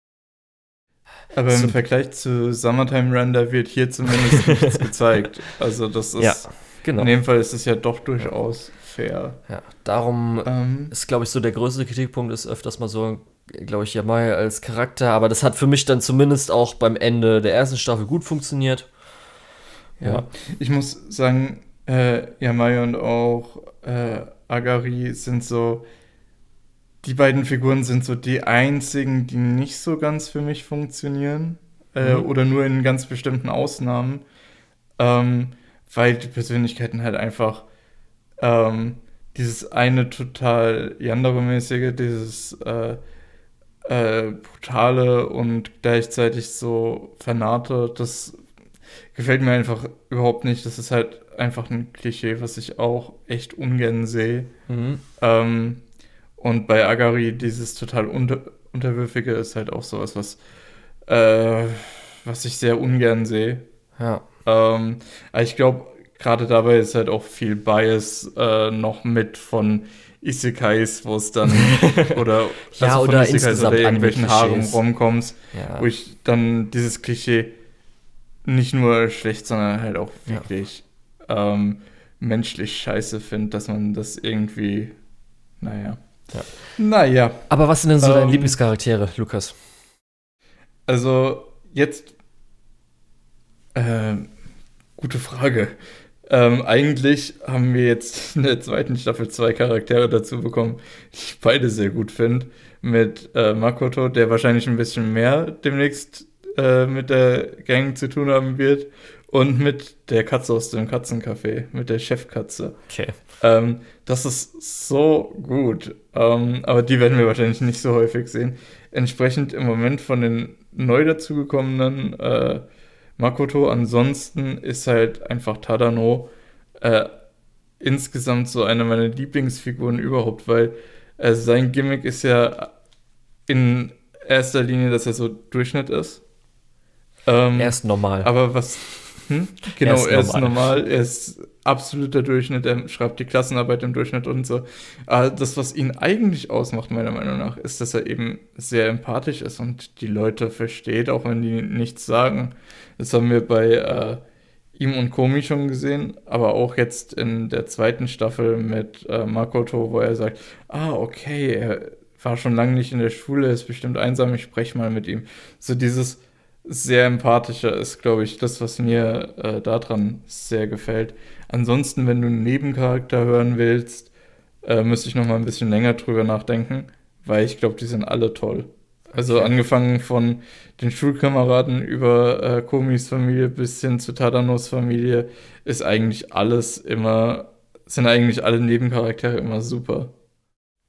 Aber im so, Vergleich zu Summertime Render wird hier zumindest nichts gezeigt. Also das ja, ist, genau. in dem Fall ist es ja doch durchaus fair. Ja, darum Ähm, ist, glaube ich, so der größte Kritikpunkt ist öfters mal so, glaube ich, Yamai als Charakter, aber das hat für mich dann zumindest auch beim Ende der ersten Staffel gut funktioniert. ja. Ja. Ich muss sagen, äh, Yamai und auch äh, Agari sind so, die beiden Figuren sind so die einzigen, die nicht so ganz für mich funktionieren. Äh, Mhm. oder nur in ganz bestimmten Ausnahmen. Ähm, weil die Persönlichkeiten halt einfach ähm, dieses eine total Yandere-mäßige, dieses äh, äh, brutale und gleichzeitig so vernarrte, das gefällt mir einfach überhaupt nicht. Das ist halt einfach ein Klischee, was ich auch echt ungern sehe. Mhm. Ähm, und bei Agari dieses total unter Unterwürfige ist halt auch sowas, was, äh, was ich sehr ungern sehe. Ja. Ähm, aber ich glaube, gerade dabei ist halt auch viel Bias äh, noch mit von Isekais, wo es dann, oder, Ja, also von oder Isekais insgesamt oder irgendwelchen Harem Anime-Klischees. Romcoms, Ja. wo ich dann dieses Klischee nicht nur schlecht, sondern halt auch Ja. wirklich ähm, menschlich scheiße finde, dass man das irgendwie, naja. Ja. Naja, Aber was sind denn so deine Ähm, Lieblingscharaktere, Lukas? also jetzt, äh, gute Frage. Ähm, eigentlich haben wir jetzt in der zweiten Staffel zwei Charaktere dazu bekommen, die ich beide sehr gut finde. Mit äh, Makoto, der wahrscheinlich ein bisschen mehr demnächst äh, mit der Gang zu tun haben wird. Und mit der Katze aus dem Katzencafé, mit der Chefkatze. Okay. Ähm, das ist so gut. Ähm, aber die werden wir wahrscheinlich nicht so häufig sehen. Entsprechend im Moment von den neu dazugekommenen äh, Makoto. Ansonsten ist halt einfach Tadano äh, insgesamt so eine meiner Lieblingsfiguren überhaupt, weil äh, sein Gimmick ist ja in erster Linie, dass er so Durchschnitt ist. Ähm, Er ist normal. aber was. Hm? Genau, Er ist er ist normal. normal, er ist absoluter Durchschnitt, er schreibt die Klassenarbeit im Durchschnitt und so. Aber das, was ihn eigentlich ausmacht, meiner Meinung nach, ist, dass er eben sehr empathisch ist und die Leute versteht, auch wenn die nichts sagen. Das haben wir bei äh, ihm und Komi schon gesehen, aber auch jetzt in der zweiten Staffel mit äh, Makoto, wo er sagt, ah, okay, er war schon lange nicht in der Schule, ist bestimmt einsam, ich spreche mal mit ihm. So dieses sehr empathischer ist, glaube ich, das, was mir äh, daran sehr gefällt. Ansonsten, wenn du einen Nebencharakter hören willst, äh, müsste ich noch mal ein bisschen länger drüber nachdenken, weil ich glaube, die sind alle toll. Also Okay. angefangen von den Schulkameraden über äh, Komis Familie bis hin zu Tadanos Familie ist eigentlich alles immer, sind eigentlich alle Nebencharaktere immer super.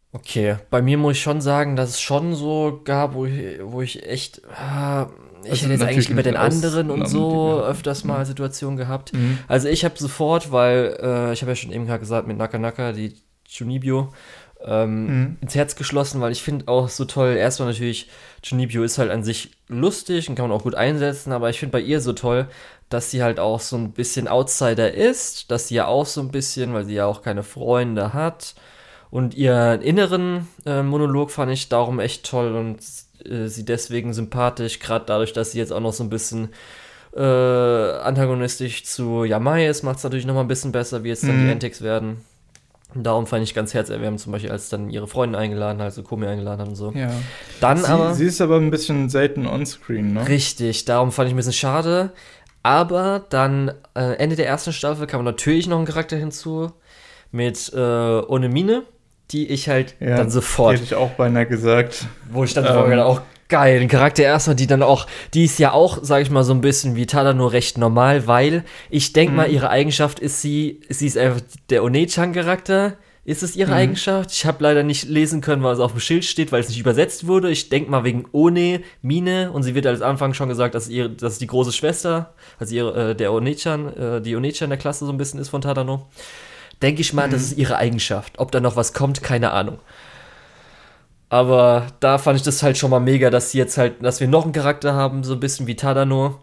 Okay, bei mir muss ich schon sagen, dass es schon so gab, wo ich, wo ich echt, äh, ich Also hätte jetzt eigentlich natürlich lieber mit den anderen und Ausnahmen, die so wir hatten. öfters mal Situationen gehabt. Mhm. Also ich habe sofort, weil äh, ich habe ja schon eben gerade gesagt, mit Naka Naka, die Chunibyo, ähm, Mhm. ins Herz geschlossen, weil ich finde auch so toll, erstmal natürlich, Chunibyo ist halt an sich lustig und kann man auch gut einsetzen, aber ich finde bei ihr so toll, dass sie halt auch so ein bisschen Outsider ist, dass sie ja auch so ein bisschen, weil sie ja auch keine Freunde hat, und ihren inneren äh, Monolog fand ich darum echt toll und äh, sie deswegen sympathisch, gerade dadurch, dass sie jetzt auch noch so ein bisschen äh, antagonistisch zu Yamai ist, macht es natürlich noch mal ein bisschen besser, wie jetzt dann die Mhm. Antics werden. Und darum fand ich ganz herzerwärmend, zum Beispiel, als dann ihre Freunde eingeladen, also Komi eingeladen haben und so. Ja. Dann Sie, aber, sie ist aber ein bisschen selten onscreen, ne? richtig, darum fand ich ein bisschen schade. Aber dann, äh, Ende der ersten Staffel kam natürlich noch ein Charakter hinzu mit äh, Onemine, die ich halt Ja, dann die sofort, hätte ich auch beinahe gesagt. wo ich dann Ähm. sofort gedacht, auch geil, ein Charakter erstmal, die dann auch, die ist ja auch, sag ich mal, so ein bisschen wie Tada, nur recht normal, weil ich denke mal, Mhm. ihre Eigenschaft ist sie, sie ist einfach der One-chan-Charakter. Ist es ihre Mhm. Eigenschaft? Ich habe leider nicht lesen können, was auf dem Schild steht, weil es nicht übersetzt wurde. Ich denke mal wegen One, Mine, und sie wird als Anfang schon gesagt, dass ihre, dass die große Schwester, also ihre, äh, der One-chan, äh, die One-chan der Klasse so ein bisschen ist von Tadano. Denke ich mal, Mhm. das ist ihre Eigenschaft. Ob da noch was kommt, keine Ahnung. Aber da fand ich das halt schon mal mega, dass sie jetzt halt, dass wir noch einen Charakter haben, so ein bisschen wie Tadano.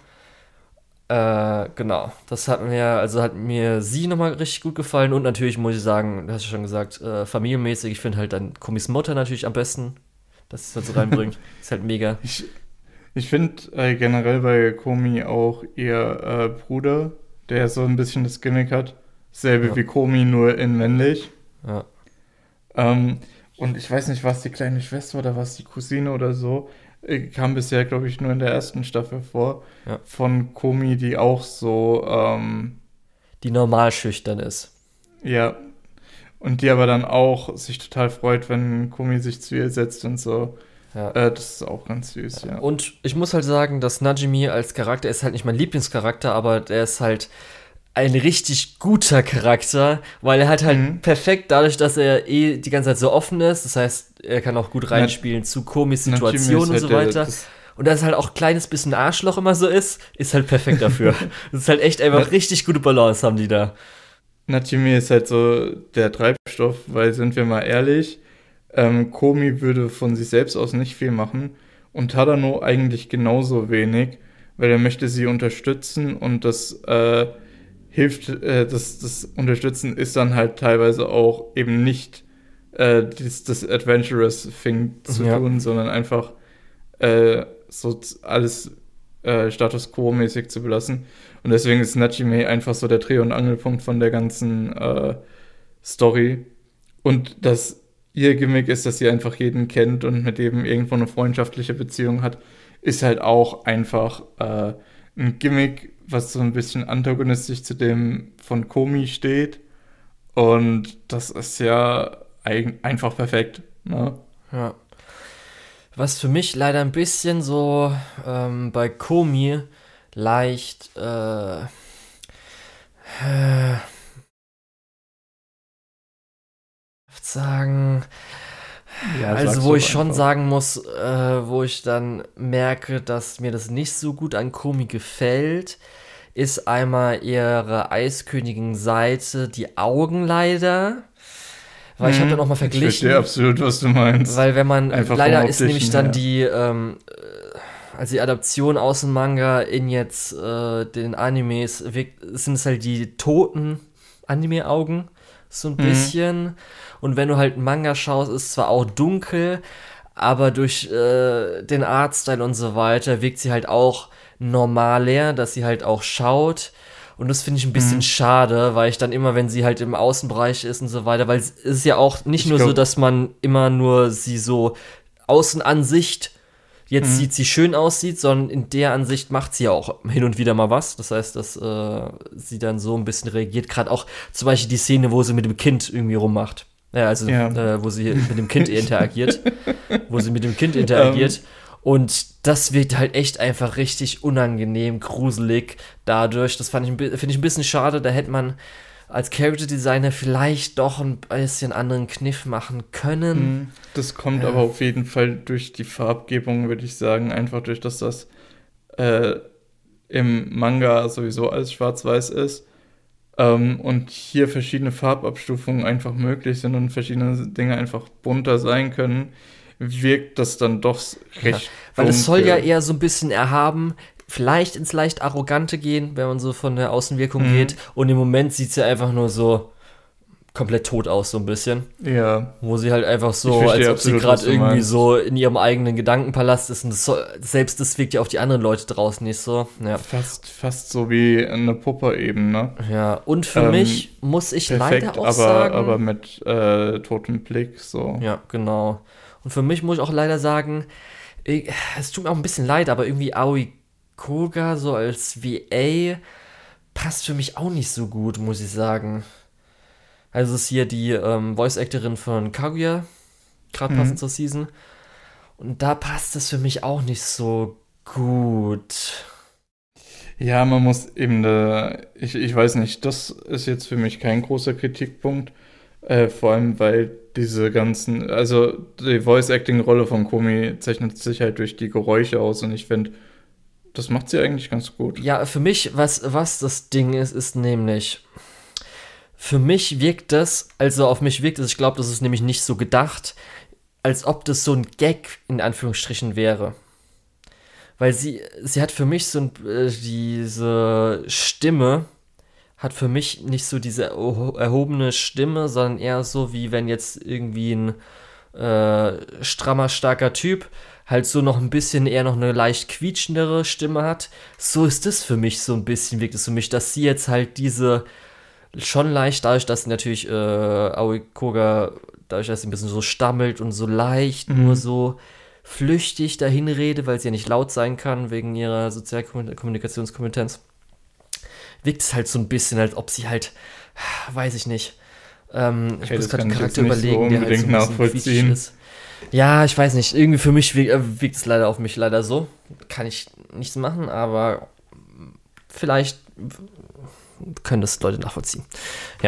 Äh, genau. Das hat mir, also hat mir sie nochmal richtig gut gefallen. Und natürlich muss ich sagen, du hast ja schon gesagt, äh, familienmäßig, ich finde halt dann Komis Mutter natürlich am besten, dass sie es halt so reinbringt. Ist halt mega. Ich, ich finde äh, generell bei Komi auch ihr äh, Bruder, der so ein bisschen das Gimmick hat. Selbe Ja. wie Komi, nur in männlich. Ja. Ähm, und ich weiß nicht, was die kleine Schwester oder was die Cousine oder so, äh, kam bisher, glaube ich, nur in der ersten Staffel vor. Ja. Von Komi, die auch so, ähm, Die normal schüchtern ist. ja, und die aber dann auch sich total freut, wenn Komi sich zu ihr setzt und so. Ja. Äh, das ist auch ganz süß, ja. Und ich muss halt sagen, dass Najimi als Charakter ist halt nicht mein Lieblingscharakter, aber der ist halt ein richtig guter Charakter, weil er halt halt Mhm. perfekt dadurch, dass er eh die ganze Zeit so offen ist, das heißt, er kann auch gut reinspielen zu Komis Najimi Situationen ist und halt so der- weiter. das- Und dass es halt auch ein kleines bisschen Arschloch immer so ist, ist halt perfekt dafür. Das ist halt echt einfach Ja. richtig gute Balance haben die da. Najimi ist halt so der Treibstoff, weil, sind wir mal ehrlich, ähm, Komi würde von sich selbst aus nicht viel machen und Tadano eigentlich genauso wenig, weil er möchte sie unterstützen und das äh, hilft, äh, das, das Unterstützen ist dann halt teilweise auch eben nicht äh, das, das Adventurous Thing zu Ja. tun, sondern einfach äh, so z- alles äh, Status Quo-mäßig zu belassen. Und deswegen ist Najimi einfach so der Dreh- und Angelpunkt von der ganzen äh, Story. Und dass ihr Gimmick ist, dass sie einfach jeden kennt und mit jedem irgendwo eine freundschaftliche Beziehung hat, ist halt auch einfach äh, ein Gimmick, was so ein bisschen antagonistisch zu dem von Komi steht. Und das ist ja eig- einfach perfekt. Ne? Ja. Was für mich leider ein bisschen so ähm, bei Komi leicht äh, äh, sagen, Ja, also sag's wo doch ich schon einfach. sagen muss, äh, wo ich dann merke, dass mir das nicht so gut an Komi gefällt, ist einmal ihre Eiskönigin-Seite, die Augen leider. Weil ich habe dann auch mal Ich verglichen. verstehe absolut, was du meinst. Weil wenn man, Einfach vom leider ist Optischen nämlich dann her. die, ähm, äh, also die Adaption aus dem Manga in jetzt äh, den Animes, wirkt- sind es halt die toten Anime-Augen, so ein Mhm. bisschen. Und wenn du halt einen Manga schaust, ist zwar auch dunkel, aber durch äh, den Artstyle und so weiter wirkt sie halt auch normaler, dass sie halt auch schaut. Und das finde ich ein bisschen Mhm. schade, weil ich dann immer, wenn sie halt im Außenbereich ist und so weiter, weil es ist ja auch nicht Ich nur so, glaub- dass man immer nur sie so Außenansicht jetzt Mhm. sieht, sie schön aussieht, sondern in der Ansicht macht sie ja auch hin und wieder mal was. Das heißt, dass äh, sie dann so ein bisschen reagiert. Gerade auch zum Beispiel die Szene, wo sie mit dem Kind irgendwie rummacht. Ja, also Ja. Äh, wo sie mit dem Kind interagiert. wo sie mit dem Kind interagiert. Und das wird halt echt einfach richtig unangenehm, gruselig dadurch. Das fand ich, ein bi- finde ich ein bisschen schade. Da hätte man als Character Designer vielleicht doch ein bisschen anderen Kniff machen können. Das kommt Ja. aber auf jeden Fall durch die Farbgebung, würde ich sagen. Einfach durch, dass das äh, im Manga sowieso alles schwarz-weiß ist. Ähm, und hier verschiedene Farbabstufungen einfach möglich sind und verschiedene Dinge einfach bunter sein können, wirkt das dann doch recht Weil es soll ja dunkel. eher so ein bisschen erhaben, vielleicht ins leicht Arrogante gehen, wenn man so von der Außenwirkung Mhm. geht. Und im Moment sieht sie einfach nur so komplett tot aus, so ein bisschen. Ja, Wo sie halt einfach Ich so, verstehe als ob sie absolut, was gerade du irgendwie meinst. so in ihrem eigenen Gedankenpalast ist. Und das soll, selbst das wirkt ja auf die anderen Leute draußen nicht so. Ja. fast, fast so wie eine Puppe eben, ne? Ja, und für Ähm, mich muss ich Perfekt, leider auch aber, sagen. aber mit äh, totem Blick, so. Ja, genau. Und für mich muss ich auch leider sagen, ich, es tut mir auch ein bisschen leid, aber irgendwie Aoi Koga so als V A passt für mich auch nicht so gut, muss ich sagen. Also es ist hier die ähm, Voice-Actorin von Kaguya, gerade Mhm. passend zur Season. Und da passt es für mich auch nicht so gut. Ja, man muss eben, da, ich, ich weiß nicht, das ist jetzt für mich kein großer Kritikpunkt, äh, vor allem weil diese ganzen, also die Voice-Acting-Rolle von Komi zeichnet sich halt durch die Geräusche aus und ich finde, das macht sie eigentlich ganz gut. Ja, für mich, was, was das Ding ist, ist nämlich, für mich wirkt das, also auf mich wirkt es, ich glaube, das ist nämlich nicht so gedacht, als ob das so ein Gag in Anführungsstrichen wäre. Weil sie, sie hat für mich so ein, äh, diese Stimme, hat für mich nicht so diese erho- erhobene Stimme, sondern eher so, wie wenn jetzt irgendwie ein äh, strammer, starker Typ halt so noch ein bisschen eher noch eine leicht quietschendere Stimme hat. So ist es für mich so ein bisschen, wirkt es für mich, dass sie jetzt halt diese schon leicht, dadurch, dass sie natürlich äh, Aoi Koga, dadurch, dass sie ein bisschen so stammelt und so leicht, Mhm. nur so flüchtig dahin rede, weil sie ja nicht laut sein kann wegen ihrer Sozialkommunikationskompetenz, wirkt es halt so ein bisschen, als ob sie halt, weiß ich nicht, ähm, ich Okay, muss das gerade einen kann ich jetzt Charakter nicht so überlegen, der halt so unbedingt ein bisschen quietschig nachvollziehen. ist. Ja, ich weiß nicht, irgendwie für mich wirkt, äh, wirkt es leider auf mich leider so. Kann ich nichts machen, aber vielleicht können das Leute nachvollziehen. Ja.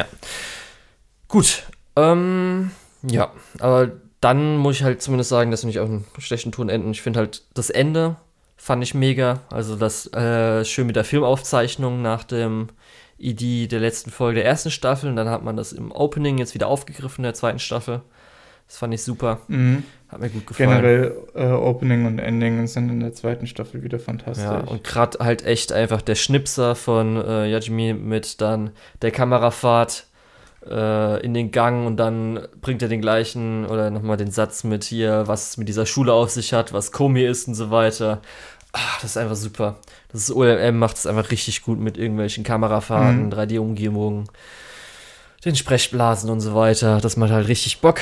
Gut. Ähm, ja, aber dann muss ich halt zumindest sagen, dass wir nicht auf einem schlechten Ton enden. Ich finde halt das Ende fand ich mega. Also das äh, schön mit der Filmaufzeichnung nach dem E D der letzten Folge der ersten Staffel. Und dann hat man das im Opening jetzt wieder aufgegriffen in der zweiten Staffel. Das fand ich super. Mhm. Hat mir gut gefallen. Generell äh, Opening und Ending sind in der zweiten Staffel wieder fantastisch. Ja, und gerade halt echt einfach der Schnipser von äh, Yajimi mit dann der Kamerafahrt äh, in den Gang und dann bringt er den gleichen oder nochmal den Satz mit hier, was es mit dieser Schule auf sich hat, was Komi ist und so weiter. Ach, das ist einfach super. Das ist O M M, macht es einfach richtig gut mit irgendwelchen Kamerafahrten, Mhm. drei D-Umgebungen, den Sprechblasen und so weiter. Das macht halt richtig Bock.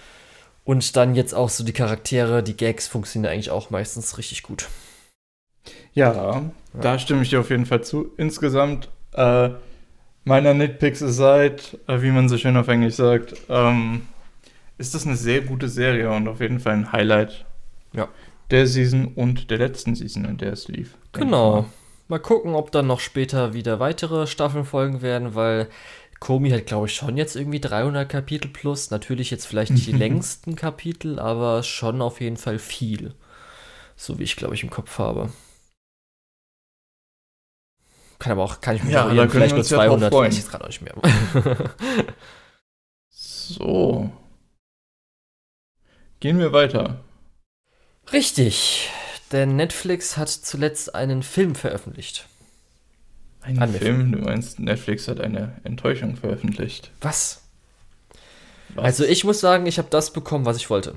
Und dann jetzt auch so die Charaktere, die Gags funktionieren eigentlich auch meistens richtig gut. Ja, da stimme ich dir auf jeden Fall zu. Insgesamt, äh, meiner Nitpicks aside, äh, wie man so schön auf Englisch sagt, ähm, ist das eine sehr gute Serie und auf jeden Fall ein Highlight Ja. der Season und der letzten Season, in der es lief. Genau. Mal gucken, ob dann noch später wieder weitere Staffeln folgen werden, weil Komi hat, glaube ich, schon jetzt irgendwie dreihundert Kapitel plus. Natürlich jetzt vielleicht nicht die längsten Kapitel, aber schon auf jeden Fall viel. So wie ich, glaube ich, im Kopf habe. Kann aber auch, kann ich mich Ja, variieren, da können vielleicht wir nur uns ja drauf zweihundert, freuen. weiß ich jetzt gerade auch nicht mehr. So. Gehen wir weiter. Richtig, denn Netflix hat zuletzt einen Film veröffentlicht. Ein An mir. Film, du meinst, Netflix hat eine Enttäuschung veröffentlicht. Was? Was? Also ich muss sagen, ich habe das bekommen, was ich wollte.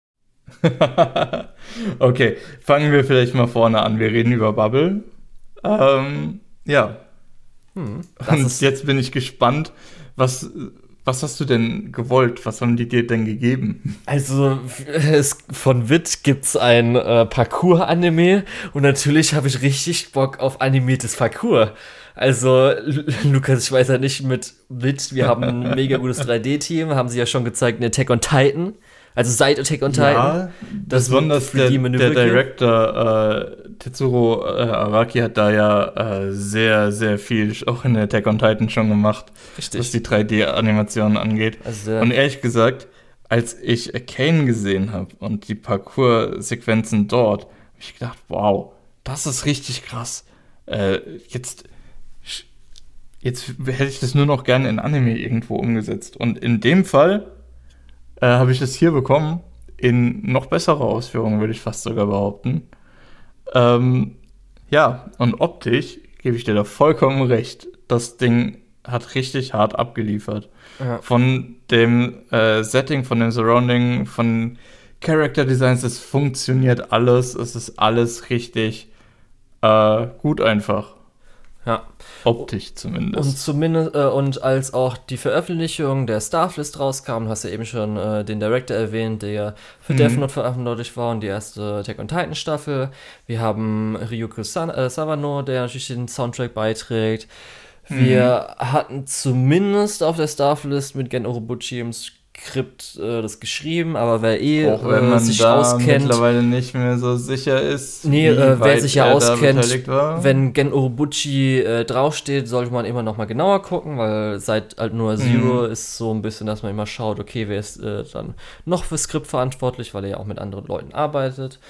Okay, fangen wir vielleicht mal vorne an. Wir reden über Bubble. Ähm, ja. Hm, das Und ist jetzt bin ich gespannt, was, was hast du denn gewollt? Was haben die dir denn gegeben? Also es, von Witt gibt's ein äh, Parcours-Anime und natürlich habe ich richtig Bock auf animiertes Parcours. Also Lu- Lukas, ich weiß ja nicht mit Witt, wir haben ein mega gutes drei D-Team, haben sie ja schon gezeigt in Attack on Titan. Also seit Attack on Titan. Ja, besonders der, der Director äh, Tetsuro äh, Araki hat da ja äh, sehr, sehr viel auch in Attack on Titan schon gemacht, Richtig. was die drei D-Animationen angeht. Also, und ehrlich gesagt, als ich Arcane gesehen habe und die Parcours-Sequenzen dort, habe ich gedacht, wow, das ist richtig krass. Äh, jetzt, jetzt hätte ich das nur noch gerne in Anime irgendwo umgesetzt. Und in dem Fall äh, habe ich das hier bekommen, in noch bessere Ausführungen, würde ich fast sogar behaupten. Ähm, ja, und optisch gebe ich dir da vollkommen recht. Das Ding hat richtig hart abgeliefert. Ja. Von dem äh, Setting, von dem Surrounding, von Character Designs, es funktioniert alles. Es ist alles richtig äh, gut einfach. Ja. Optisch zumindest. Und zumindest äh, und als auch die Veröffentlichung der Starflist rauskam, du hast ja eben schon äh, den Director erwähnt, der ja für mhm. Death Note verantwortlich war und die erste Attack on Titan Staffel. Wir haben Ryuko San- äh, Sawano, der natürlich den Soundtrack beiträgt. Wir mhm. hatten zumindest auf der Starflist mit Gen Urobuchi im Skript äh, das geschrieben, aber wer eh auch wenn man äh, sich da auskennt, mittlerweile nicht mehr so sicher ist, nee, äh, wer sich ja auskennt, war. wenn Gen Urobuchi äh, draufsteht, sollte man immer noch mal genauer gucken, weil seit halt nur Zero mhm. ist so ein bisschen, dass man immer schaut, okay, wer ist äh, dann noch für Skript verantwortlich, weil er ja auch mit anderen Leuten arbeitet.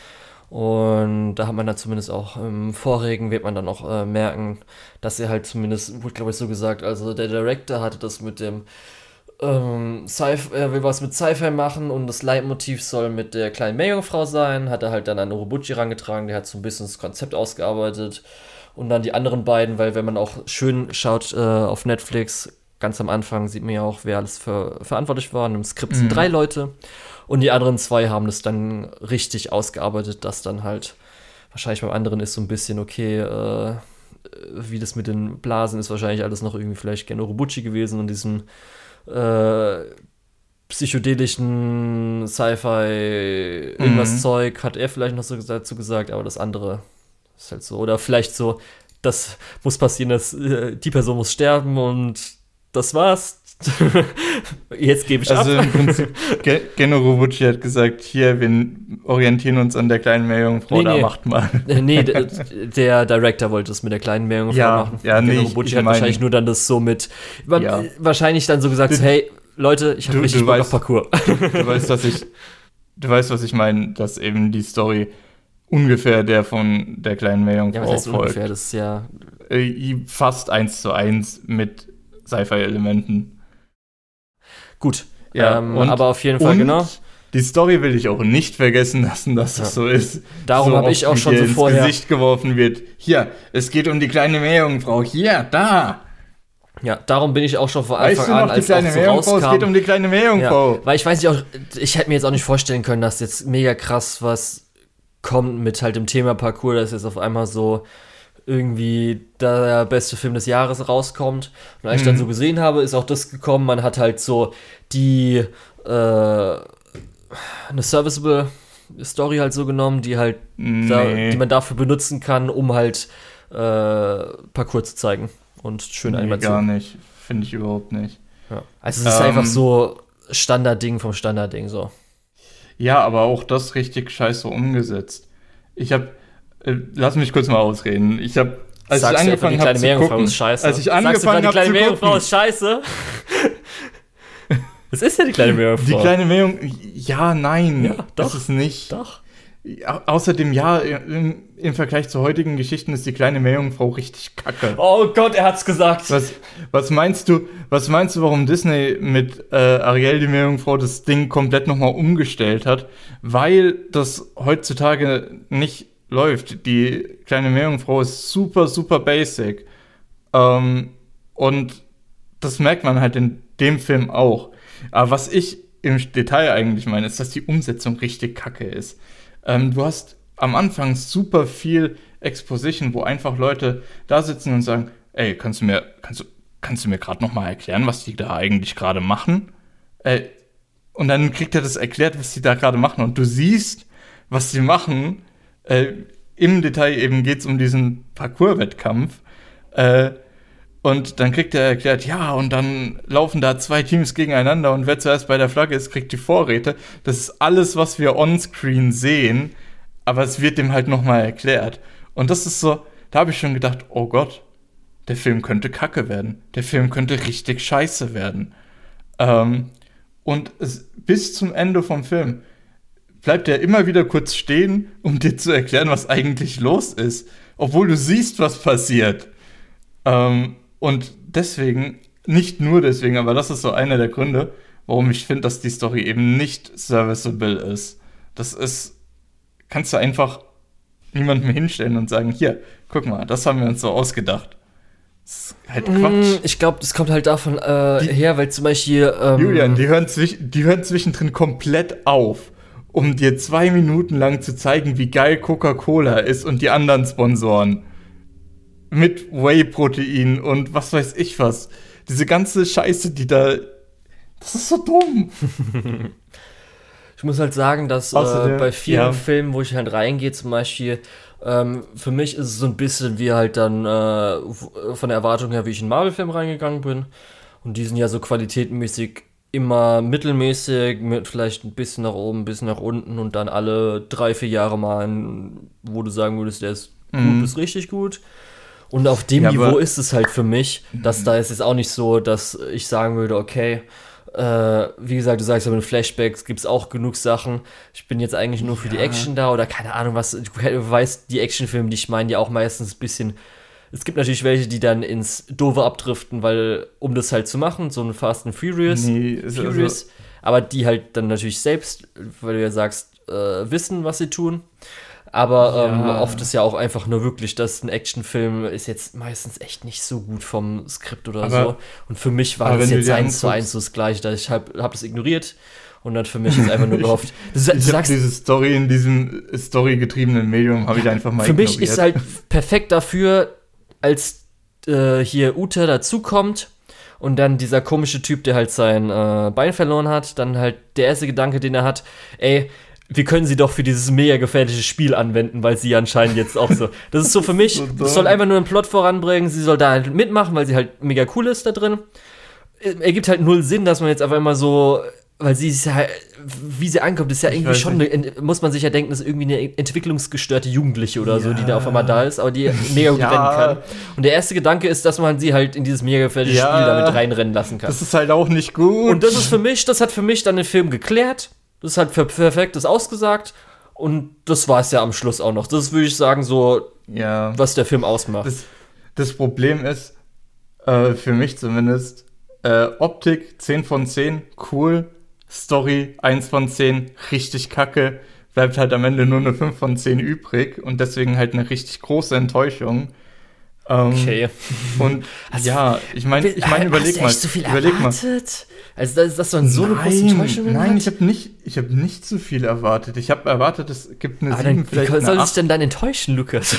Und da hat man dann zumindest auch im Vorregen, wird man dann auch äh, merken, dass er halt zumindest, wurde glaube ich so gesagt, also der Director hatte das mit dem ähm, Sci- er will was mit Sci-Fi machen und das Leitmotiv soll mit der kleinen Meerjungfrau sein, hat er halt dann an Urobuchi rangetragen, der hat so ein bisschen das Konzept ausgearbeitet und dann die anderen beiden, weil wenn man auch schön schaut äh, auf Netflix, ganz am Anfang sieht man ja auch, wer alles für, verantwortlich war, im Skript sind mhm. drei Leute. Und die anderen zwei haben das dann richtig ausgearbeitet, dass dann halt wahrscheinlich beim anderen ist so ein bisschen, okay, äh, wie das mit den Blasen ist wahrscheinlich alles noch irgendwie vielleicht Gen Urobuchi gewesen und diesem äh, psychedelischen Sci-Fi irgendwas mhm. Zeug hat er vielleicht noch so dazu gesagt, aber das andere ist halt so. Oder vielleicht so, das muss passieren, dass äh, die Person muss sterben und das war's. Jetzt gebe ich also ab. Also im Prinzip, Gen Urobuchi hat gesagt, hier, wir orientieren uns an der kleinen Meerjungfrau, nee, da nee. macht mal. Nee, der, der Director wollte es mit der kleinen Meerjungfrau ja, machen. Ja, Gen nee, Urobuchi hat mein, wahrscheinlich nur dann das so mit, ja. wahrscheinlich dann so gesagt, du, hey, Leute, ich habe richtig du Bock weißt, auf Parcours. Du weißt, was ich, du weißt, was ich meine, dass eben die Story ungefähr der von der kleinen Meerjungfrau ja, was heißt folgt. Ungefähr, das ist ja fast eins zu eins mit Sci-Fi-Elementen. Gut, ja, ähm, und, aber auf jeden Fall, genau. Die Story will ich auch nicht vergessen lassen, dass ja. es so ist. Darum so habe ich auch schon so ins vorher Gesicht geworfen wird. Hier, es geht um die kleine Meerjungfrau. Hier, da. Ja, darum bin ich auch schon vor Anfang weißt du noch, an, als die kleine auch so Meerjungfrau, rauskam. Es geht um die kleine Meerjungfrau. Ja, weil ich weiß nicht auch, ich hätte mir jetzt auch nicht vorstellen können, dass jetzt mega krass was kommt mit halt dem Thema Parcours, dass jetzt auf einmal so irgendwie der beste Film des Jahres rauskommt. Und als ich mhm. dann so gesehen habe, ist auch das gekommen, man hat halt so die äh, eine serviceable Story halt so genommen, die halt nee. da, die man dafür benutzen kann, um halt äh, Parcours zu zeigen und schön nee, Animation. Gar nicht, finde ich überhaupt nicht. Ja. Also es ist ähm, einfach so Standardding vom Standardding so. Ja, aber auch das richtig scheiße umgesetzt. Ich habe Lass mich kurz mal ausreden. Ich habe, als Sagst ich angefangen habe zu gucken, ist scheiße. als ich angefangen habe zu gucken, die kleine Meerjungfrau gucken, ist scheiße. Das ist ja die kleine Meerjungfrau. Die kleine Meerjungfrau, ja, nein, ja, doch, das ist nicht. Doch. Ja, außerdem, ja, im, im Vergleich zu heutigen Geschichten ist die kleine Meerjungfrau richtig kacke. Oh Gott, er hat's gesagt. Was, was meinst du, was meinst du, warum Disney mit äh, Ariel, die Meerjungfrau, das Ding komplett nochmal umgestellt hat? Weil das heutzutage nicht läuft. Die kleine Meerjungfrau ist super, super basic. Ähm, und das merkt man halt in dem Film auch. Aber was ich im Detail eigentlich meine, ist, dass die Umsetzung richtig kacke ist. Ähm, du hast am Anfang super viel Exposition, wo einfach Leute da sitzen und sagen, ey, kannst du mir, kannst du, kannst du mir gerade noch mal erklären, was die da eigentlich gerade machen? Äh, und dann kriegt er das erklärt, was die da gerade machen. Und du siehst, was die machen. Äh, im Detail eben geht es um diesen Parcours-Wettkampf. Äh, Und dann kriegt er erklärt, ja, und dann laufen da zwei Teams gegeneinander und wer zuerst bei der Flagge ist, kriegt die Vorräte. Das ist alles, was wir onscreen sehen, aber es wird dem halt nochmal erklärt. Und das ist so, da habe ich schon gedacht, oh Gott, der Film könnte kacke werden. Der Film könnte richtig scheiße werden. Ähm, und es, bis zum Ende vom Film bleibt er immer wieder kurz stehen, um dir zu erklären, was eigentlich los ist. Obwohl du siehst, was passiert. Ähm, und deswegen, nicht nur deswegen, aber das ist so einer der Gründe, warum ich finde, dass die Story eben nicht serviceable ist. Das ist, kannst du einfach niemandem hinstellen und sagen, hier, guck mal, das haben wir uns so ausgedacht. Das ist halt Quatsch. Ich glaube, das kommt halt davon äh, Die- her, weil zum Beispiel ähm, Julian, die hören, zwischen, die hören zwischendrin komplett auf, um dir zwei Minuten lang zu zeigen, wie geil Coca-Cola ist und die anderen Sponsoren. Mit Whey-Protein und was weiß ich was. Diese ganze Scheiße, die da... Das ist so dumm. ich muss halt sagen, dass äh, Außerdem, bei vielen ja. Filmen, wo ich halt reingehe, zum Beispiel, ähm, für mich ist es so ein bisschen wie halt dann äh, von der Erwartung her, wie ich in einen Marvel-Film reingegangen bin. Und die sind ja so qualitätenmäßig immer mittelmäßig, mit vielleicht ein bisschen nach oben, ein bisschen nach unten und dann alle drei, vier Jahre mal, ein, wo du sagen würdest, der ist gut, Mhm. ist richtig gut. Und auf dem Ja, Niveau aber- ist es halt für mich, dass da ist es auch nicht so, dass ich sagen würde, okay, äh, wie gesagt, du sagst ja mit den Flashbacks gibt es auch genug Sachen. Ich bin jetzt eigentlich nur für die Ja. Action da oder keine Ahnung was. Du weißt, die Actionfilme, die ich meine, ja auch meistens ein bisschen. Es gibt natürlich welche, die dann ins Doofe abdriften, weil, um das halt zu machen, so ein Fast and Furious, Nee, es- Furious, also- aber die halt dann natürlich selbst, weil du ja sagst, äh, wissen, was sie tun. Aber Ja. ähm, oft ist ja auch einfach nur wirklich, dass ein Actionfilm ist jetzt meistens echt nicht so gut vom Skript oder Aber- so. Und für mich war aber das wenn du jetzt dir eins zu anguckst- eins so das Gleiche. Da ich habe hab das ignoriert und dann für mich ist einfach nur gehofft. Das ist, du Ich habe sagst, diese Story in diesem storygetriebenen Medium, habe ich einfach mal für mich ignoriert. ist halt perfekt dafür, als äh, hier Uta dazukommt und dann dieser komische Typ, der halt sein äh, Bein verloren hat, dann halt der erste Gedanke, den er hat, ey, wir können sie doch für dieses mega gefährliche Spiel anwenden, weil sie anscheinend jetzt auch so. Das ist so für mich, So dumm. das soll einfach nur einen Plot voranbringen, sie soll da halt mitmachen, weil sie halt mega cool ist da drin. Ergibt halt null Sinn, dass man jetzt einfach immer so, weil sie ist ja, wie sie ankommt, ist ja Ich irgendwie weiß schon, eine, muss man sich ja denken, das ist irgendwie eine entwicklungsgestörte Jugendliche oder so, die da auf einmal Ja. da ist, aber die mega gut Ja. rennen kann. Und der erste Gedanke ist, dass man sie halt in dieses mega gefährliche Ja. Spiel damit reinrennen lassen kann. Das ist halt auch nicht gut. Und das ist für mich, das hat für mich dann den Film geklärt. Das hat für perfektes ausgesagt. Und das war es ja am Schluss auch noch. Das ist, würde ich sagen, so, ja. was der Film ausmacht. Das, das Problem ist, äh, für mich zumindest, äh, Optik zehn von zehn, cool. Story eins von zehn, richtig kacke. Bleibt halt am Ende nur eine fünf von zehn übrig und deswegen halt eine richtig große Enttäuschung. Ähm, Okay. Und ja, ich meine, ich mein, überleg Hast du mal. echt so viel überleg mal. erwartet? Also, das ist das so, so eine große Nein, Enttäuschung? nein, hat? ich habe nicht, ich habe nicht so viel erwartet. Ich habe erwartet, es gibt eine Aber sieben, dann, wie vielleicht soll eine sich acht. denn dann enttäuschen, Lukas?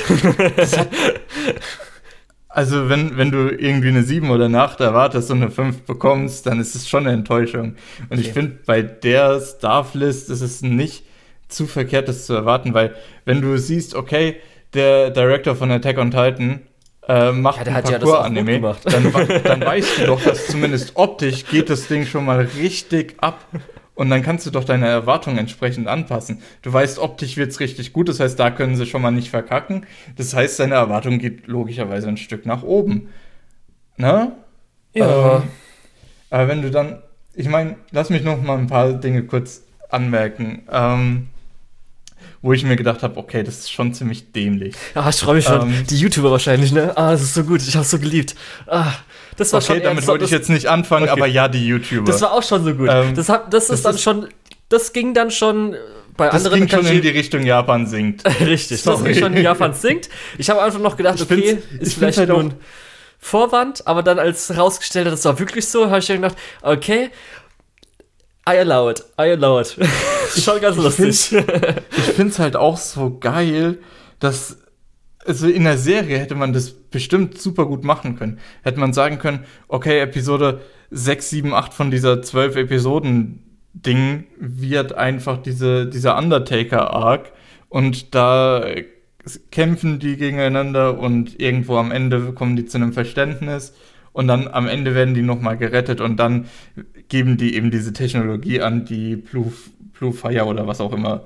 Also wenn, wenn du irgendwie eine sieben oder eine acht erwartest und eine fünf bekommst, dann ist es schon eine Enttäuschung. Und ich Okay. finde, bei der Staff-List ist es nicht zu verkehrt, das zu erwarten, weil wenn du siehst, okay, der Director von Attack on Titan äh, macht Ja, der ein hat ja das auch gut Parkour-Anime, gemacht. dann, wa- dann weißt du doch, dass zumindest optisch geht das Ding schon mal richtig ab. Und dann kannst du doch deine Erwartungen entsprechend anpassen. Du weißt, optisch wird's richtig gut, das heißt, da können sie schon mal nicht verkacken. Das heißt, deine Erwartung geht logischerweise ein Stück nach oben. Ne? Ja. Ähm, aber wenn du dann, ich meine, lass mich noch mal ein paar Dinge kurz anmerken, ähm, wo ich mir gedacht habe, okay, das ist schon ziemlich dämlich. Ah, ich freue mich schon. Ähm, Die YouTuber wahrscheinlich, ne? Ah, das ist so gut. Ich hab's so geliebt. Ah, das war Okay, schon damit eher- wollte ich das, jetzt nicht anfangen, Okay. aber ja, die YouTuber. Das war auch schon so gut. Ähm, das, hat, das ist das dann ist- schon. Das ging dann schon. Bei das anderen ging schon kann ich- in die Richtung Japan singt. Richtig, Sorry. das ging schon in Japan singt. Ich habe einfach noch gedacht, Ich okay, find's- ich ist find's vielleicht halt nur auch- ein Vorwand, aber dann als herausgestellt hat, das war wirklich so, habe ich dann gedacht, okay, I allow it, I allow it. Schon ganz lustig. Ich finde es halt auch so geil, dass also in der Serie hätte man das bestimmt super gut machen können. Hätte man sagen können, okay, Episode sechs, sieben, acht von dieser zwölf Episoden Ding wird einfach diese, dieser Undertaker-Arc und da kämpfen die gegeneinander und irgendwo am Ende kommen die zu einem Verständnis und dann am Ende werden die nochmal gerettet und dann geben die eben diese Technologie an, die Blue, Blue Fire oder was auch immer.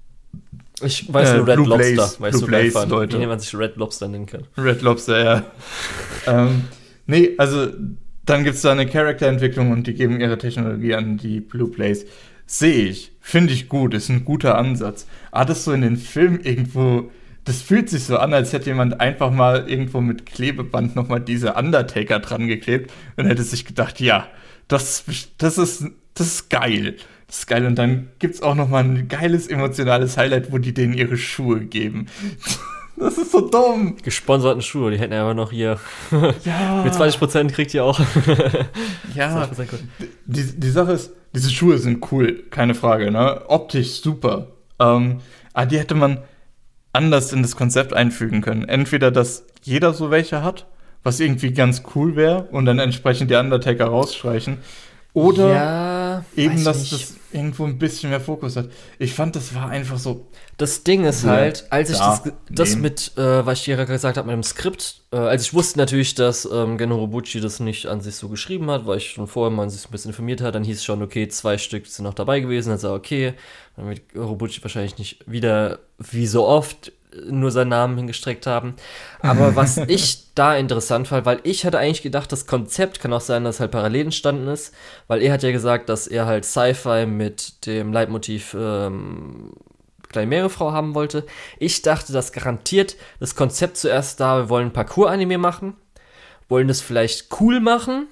Ich weiß äh, nur Red Blue Lobster, Blaze, weißt Blue du, Blaze, Leute. Leute. Wie man sich Red Lobster nennen kann. Red Lobster, ja. ähm, nee, also dann gibt es da eine Charakterentwicklung und die geben ihre Technologie an die Blue Blaze. Sehe ich, finde ich gut, ist ein guter Ansatz. Aber das so in den Film irgendwo, das fühlt sich so an, als hätte jemand einfach mal irgendwo mit Klebeband nochmal diese Undertaker dran geklebt und hätte sich gedacht, ja, das, das, ist, das ist geil. Das ist geil. Und dann gibt es auch nochmal ein geiles emotionales Highlight, wo die denen ihre Schuhe geben. Das ist so dumm. Gesponserten Schuhe, die hätten einfach noch hier. Ja. Mit zwanzig Prozent kriegt ihr auch. Ja. Die, die Sache ist, diese Schuhe sind cool, keine Frage, ne? Optisch super. Ähm, aber die hätte man anders in das Konzept einfügen können. Entweder, dass jeder so welche hat, was irgendwie ganz cool wäre, und dann entsprechend die Undertaker rausstreichen. Oder ja, eben, dass nicht. das irgendwo ein bisschen mehr Fokus hat. Ich fand, das war einfach so. Das Ding ist Ja. halt, als ich Ja, das, das nee. mit, äh, was ich dir gerade gesagt habe, mit dem Skript, äh, also ich wusste natürlich, dass ähm, Gen Horobuchi das nicht an sich so geschrieben hat, weil ich schon vorher mal sich ein bisschen informiert hat, dann hieß es schon, okay, zwei Stück sind noch dabei gewesen, dann sag okay, dann wird Horobuchi wahrscheinlich nicht wieder, wie so oft, nur seinen Namen hingestreckt haben. Aber was ich da interessant fand, weil ich hatte eigentlich gedacht, das Konzept kann auch sein, dass halt parallel entstanden ist, weil er hat ja gesagt, dass er halt Sci-Fi mit dem Leitmotiv ähm, kleine Meerjungfrau haben wollte. Ich dachte, dass garantiert das Konzept zuerst da, wir wollen Parcours-Anime machen, wollen das vielleicht cool machen,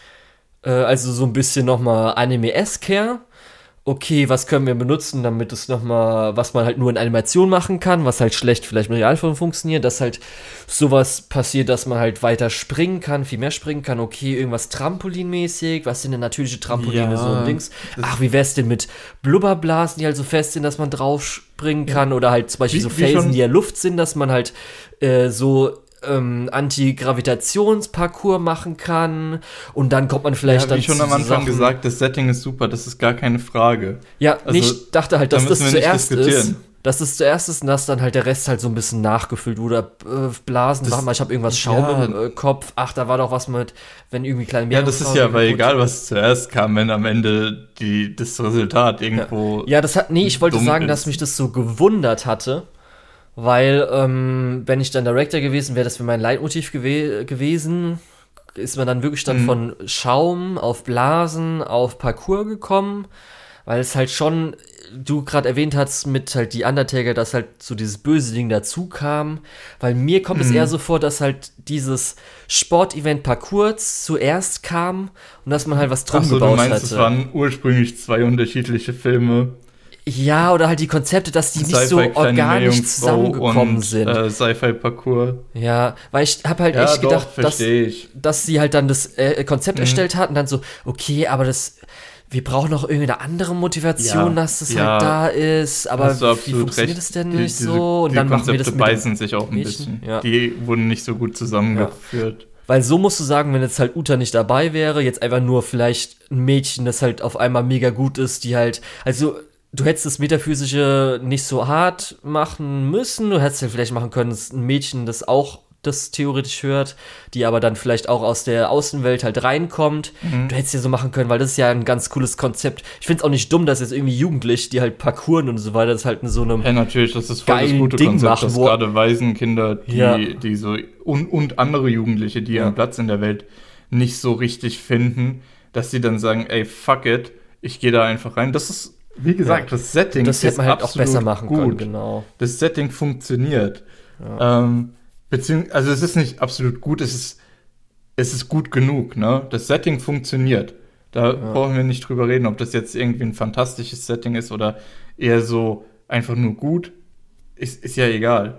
äh, also so ein bisschen nochmal Anime-esque her. Okay, was können wir benutzen, damit es nochmal, was man halt nur in Animation machen kann, was halt schlecht vielleicht im Realfilm funktioniert, dass halt sowas passiert, dass man halt weiter springen kann, viel mehr springen kann. Okay, irgendwas Trampolinmäßig, was sind denn natürliche Trampoline, Ja, so ein Dings. Ach, wie wär's denn mit Blubberblasen, die halt so fest sind, dass man drauf springen kann, ja. Oder halt zum Beispiel Wie- so wie Felsen, schon- die ja Luft sind, dass man halt äh, so ähm, Anti-Gravitationsparcours machen kann und dann kommt man vielleicht Ja, dann wie schon zu am Anfang Sachen- gesagt, das Setting ist super, das ist gar keine Frage. Ja, Also, nee, ich dachte halt, da dass das müssen wir nicht zuerst ist. diskutieren. Dass das zuerst ist und dass dann halt der Rest halt so ein bisschen nachgefüllt wurde. Äh, Blasen, Das- warte mal, ich habe irgendwas Schaum ja. im äh, Kopf. Ach, da war doch was mit, wenn irgendwie kleine Ja, das ist Meerjungfrauen ja aber kaputt- egal, was zuerst kam, wenn am Ende die, das Resultat irgendwo. Ja, das hat, nee, ich wollte dumm sagen, ist. dass mich das so gewundert hatte, weil, ähm, wenn ich dann Director gewesen wäre, das wäre mein Leitmotiv gewe gewesen, ist man dann wirklich dann Mhm. von Schaum auf Blasen auf Parcours gekommen, weil es halt schon, du gerade erwähnt hast, mit halt die Undertaker, dass halt so dieses böse Ding dazu kam, weil mir kommt es Mhm. eher so vor, dass halt dieses Sportevent Parcours zuerst kam und dass man halt was drum Ach so, du gebaut meinst, hatte. es waren ursprünglich zwei unterschiedliche Filme. Ja, oder halt die Konzepte, dass die nicht so Sci-Fi, kleine organisch Meerjungfrau zusammengekommen und, sind. Äh, Sci-Fi-Parcours. Ja, weil ich habe halt Ja, echt doch, gedacht, dass, verstehe ich. dass sie halt dann das äh, Konzept Mhm. erstellt hatten, dann so, okay, aber das, wir brauchen noch irgendeine andere Motivation, Ja, dass das ja. halt da ist, aber Hast du wie absolut funktioniert recht. das denn Die- nicht diese- so? Und die dann machen wir das Konzepte mit dem beißen sich auch ein Mädchen, bisschen. ja. Die wurden nicht so gut zusammengeführt. Weil so musst du sagen, wenn jetzt halt Uta nicht dabei wäre, jetzt einfach nur vielleicht ein Mädchen, das halt auf einmal mega gut ist, die halt, also du hättest das Metaphysische nicht so hart machen müssen, du hättest halt vielleicht machen können, dass ein Mädchen, das auch das theoretisch hört, die aber dann vielleicht auch aus der Außenwelt halt reinkommt. Mhm. Du hättest ja so machen können, weil das ist ja ein ganz cooles Konzept. Ich find's auch nicht dumm, dass jetzt irgendwie Jugendliche, die halt Parkouren und so weiter, das halt in so einem Ja, natürlich, das ist voll das geilen gute Ding Konzept, machen, dass wo- gerade Waisenkinder, die, Ja. die so und, und andere Jugendliche, die Ja. ihren Platz in der Welt nicht so richtig finden, dass sie dann sagen, ey, fuck it, ich gehe da einfach rein. Das ist, wie gesagt, Ja. das Setting das hätte ist man halt auch absolut besser machen gut. können, genau. Das Setting funktioniert. Ähm, beziehungs also es ist nicht absolut gut, es ist, es ist gut genug, ne? Das Setting funktioniert. Da brauchen wir nicht drüber reden, ob das jetzt irgendwie ein fantastisches Setting ist oder eher so einfach nur gut. Ist, ist ja egal.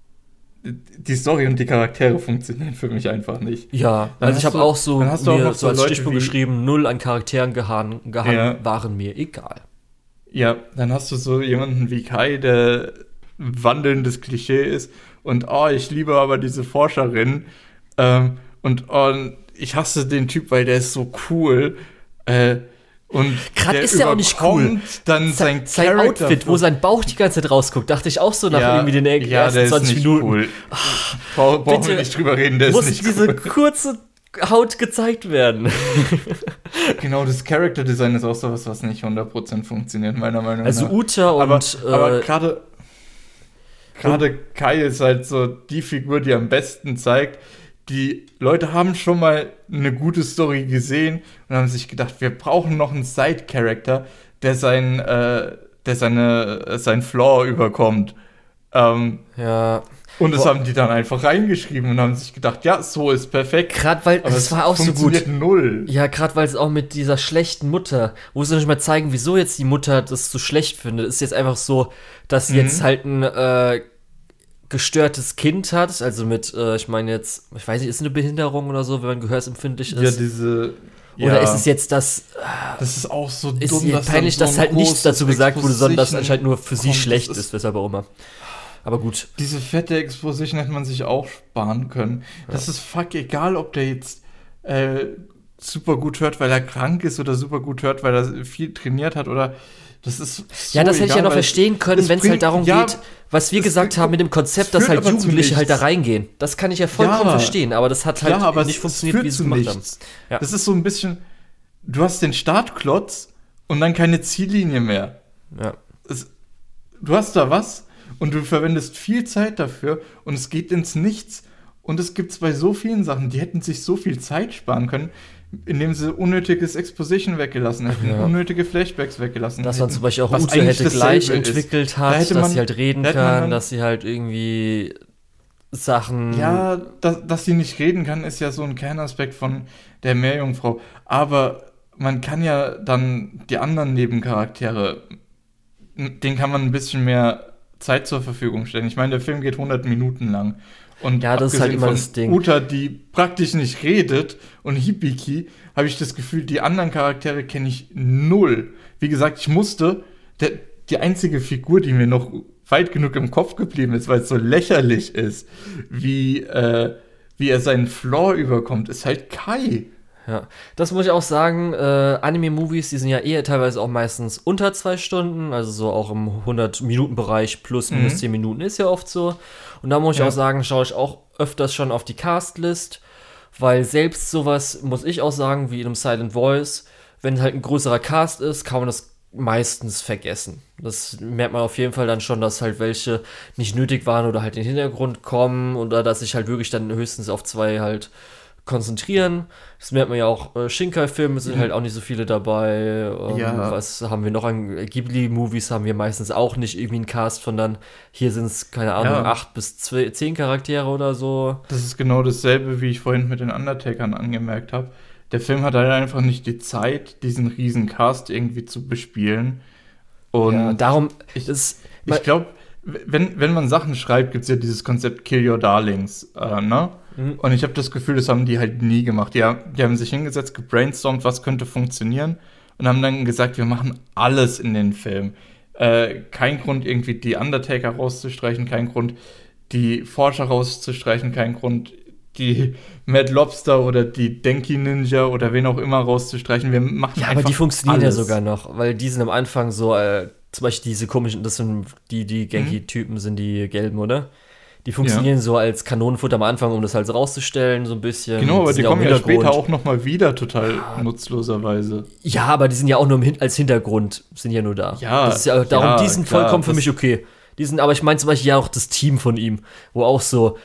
Die Story und die Charaktere funktionieren für mich einfach nicht. Ja, Dann also ich hast habe du- auch so, dann hast du auch mir noch so so als Leute Stichpunkt wie- geschrieben, null an Charakteren gehan, gehan Ja. waren mir egal. Ja, dann hast du so jemanden wie Kai, der wandelndes Klischee ist und oh, ich liebe aber diese Forscherin ähm, und oh, ich hasse den Typ, weil der ist so cool äh, Und Gerade der ist der auch nicht cool. überkommt Dann sein, Sein Charakter Outfit, wo sein Bauch die ganze Zeit rausguckt, dachte ich auch so nach ja, irgendwie den ersten ja, der zwanzig ist nicht Minuten. Cool. Brauch, brauchen bitte, wir nicht drüber reden, der ist Muss nicht diese cool. kurze Haut gezeigt werden. Genau, das Character Design ist auch sowas, was nicht hundert Prozent funktioniert, meiner Meinung Also nach. Uta und aber, äh, aber gerade gerade Kai ist halt so die Figur, die am besten zeigt, die Leute haben schon mal eine gute Story gesehen und haben sich gedacht, wir brauchen noch einen Side-Character, der sein, äh, der seine, äh, sein Flaw überkommt. Ähm, ja. und das Boah. haben die dann einfach reingeschrieben und haben sich gedacht, ja, so ist perfekt. Gerade weil, Aber das es war auch so gut. funktioniert null. Ja, gerade weil es auch mit dieser schlechten Mutter, wo sie nicht mal zeigen, wieso jetzt die Mutter das so schlecht findet, ist jetzt einfach so, dass sie Mhm. jetzt halt ein äh, gestörtes Kind hat, also mit, äh, ich meine jetzt, ich weiß nicht, ist es eine Behinderung oder so, wenn man gehörsempfindlich Ja, ist? diese. Oder ja, ist es jetzt das, das ist auch so ist dumm, ihr dass peinlich, dann dass so ein halt nichts großes dazu gesagt wurde, sondern dass Exposition anscheinend nur für sie kommt. schlecht Das ist, weshalb auch immer. Aber gut. Diese fette Exposition hätte man sich auch sparen können. Ja. Das ist fuck egal, ob der jetzt äh, super gut hört, weil er krank ist oder super gut hört, weil er viel trainiert hat oder das ist so Ja, das hätte ich ja egal, noch weil verstehen können, es wenn es bringt- halt darum ja, geht, was wir es gesagt bringt- haben mit dem Konzept, dass führt halt aber zu Jugendliche halt da nichts. reingehen. Das kann ich ja vollkommen Ja. verstehen, aber das hat halt Klar, aber nicht es- funktioniert, es wie führt sie es zu gemacht haben. nichts. Ja. Das ist so ein bisschen, du hast den Startklotz und dann keine Ziellinie mehr. Ja. Es, du hast da was und du verwendest viel Zeit dafür und es geht ins Nichts. Und es gibt es bei so vielen Sachen, die hätten sich so viel Zeit sparen können, indem sie unnötiges Exposition weggelassen hätten, Ja. unnötige Flashbacks weggelassen Dass hätten. man zum Beispiel auch was Ute eigentlich hätte gleich dasselbe ist. entwickelt Da hat, hätte dass man- sie halt reden da hätte man kann, dann- dass sie halt irgendwie Sachen. Ja, dass, dass sie nicht reden kann, ist ja so ein Kernaspekt von der Meerjungfrau. Aber man kann ja dann die anderen Nebencharaktere, denen kann man ein bisschen mehr Zeit zur Verfügung stellen. Ich meine, der Film geht hundert Minuten lang. Und Ja, das ist halt abgesehen immer von das Ding. Uta, die praktisch nicht redet, und Hibiki, habe ich das Gefühl, die anderen Charaktere kenne ich null. Wie gesagt, ich musste, der, die einzige Figur, die mir noch weit genug im Kopf geblieben ist, weil es so lächerlich ist, wie, äh, wie er seinen Flaw überkommt, ist halt Kai. Ja, das muss ich auch sagen, äh, Anime-Movies, die sind ja eher teilweise auch meistens unter zwei Stunden, also so auch im hundert-Minuten-Bereich plus minus Mhm. zehn Minuten ist ja oft so. Und da muss ich Ja. auch sagen, schaue ich auch öfters schon auf die Castlist, weil selbst sowas, muss ich auch sagen, wie in einem Silent Voice, wenn halt ein größerer Cast ist, kann man das meistens vergessen. Das merkt man auf jeden Fall dann schon, dass halt welche nicht nötig waren oder halt in den Hintergrund kommen oder dass sich halt wirklich dann höchstens auf zwei halt konzentrieren. Das merkt man ja auch, äh, Shinkai-Filme sind Mhm. halt auch nicht so viele dabei. Ähm, Ja. Was haben wir noch an Ghibli-Movies? Haben wir meistens auch nicht irgendwie einen Cast von dann, hier sind es, keine Ahnung, Ja. acht bis zwei, zehn Charaktere oder so. Das ist genau dasselbe, wie ich vorhin mit den Undertakern angemerkt habe. Der Film hat halt einfach nicht die Zeit, diesen riesen Cast irgendwie zu bespielen. Und Ja, darum, ich- das, ich glaube, wenn, wenn man Sachen schreibt, gibt es ja dieses Konzept Kill Your Darlings, äh, ne? Mhm. Und ich habe das Gefühl, das haben die halt nie gemacht. Die, haben- die haben sich hingesetzt, gebrainstormt, was könnte funktionieren und haben dann gesagt, wir machen alles in den Film. Äh, kein Grund, irgendwie die Undertaker rauszustreichen, kein Grund, die Forscher rauszustreichen, kein Grund, die Mad Lobster oder die Denki Ninja oder wen auch immer rauszustreichen. Wir machen ja, einfach aber die funktionieren alles. ja sogar noch, weil die sind am Anfang so, äh, zum Beispiel diese komischen, das sind die, die Genki-Typen sind die gelben, oder? Die funktionieren so als Kanonenfutter am Anfang, um das halt so rauszustellen, so ein bisschen. Genau, aber sind die ja auch im kommen ja Hintergrund. später auch noch mal wieder total nutzloserweise. Ja, aber die sind ja auch nur im Hin als Hintergrund, sind ja nur da. Ja, das ist ja, darum, ja, die sind klar, vollkommen für das- mich okay. Die sind, aber ich meine zum Beispiel ja auch das Team von ihm, wo auch so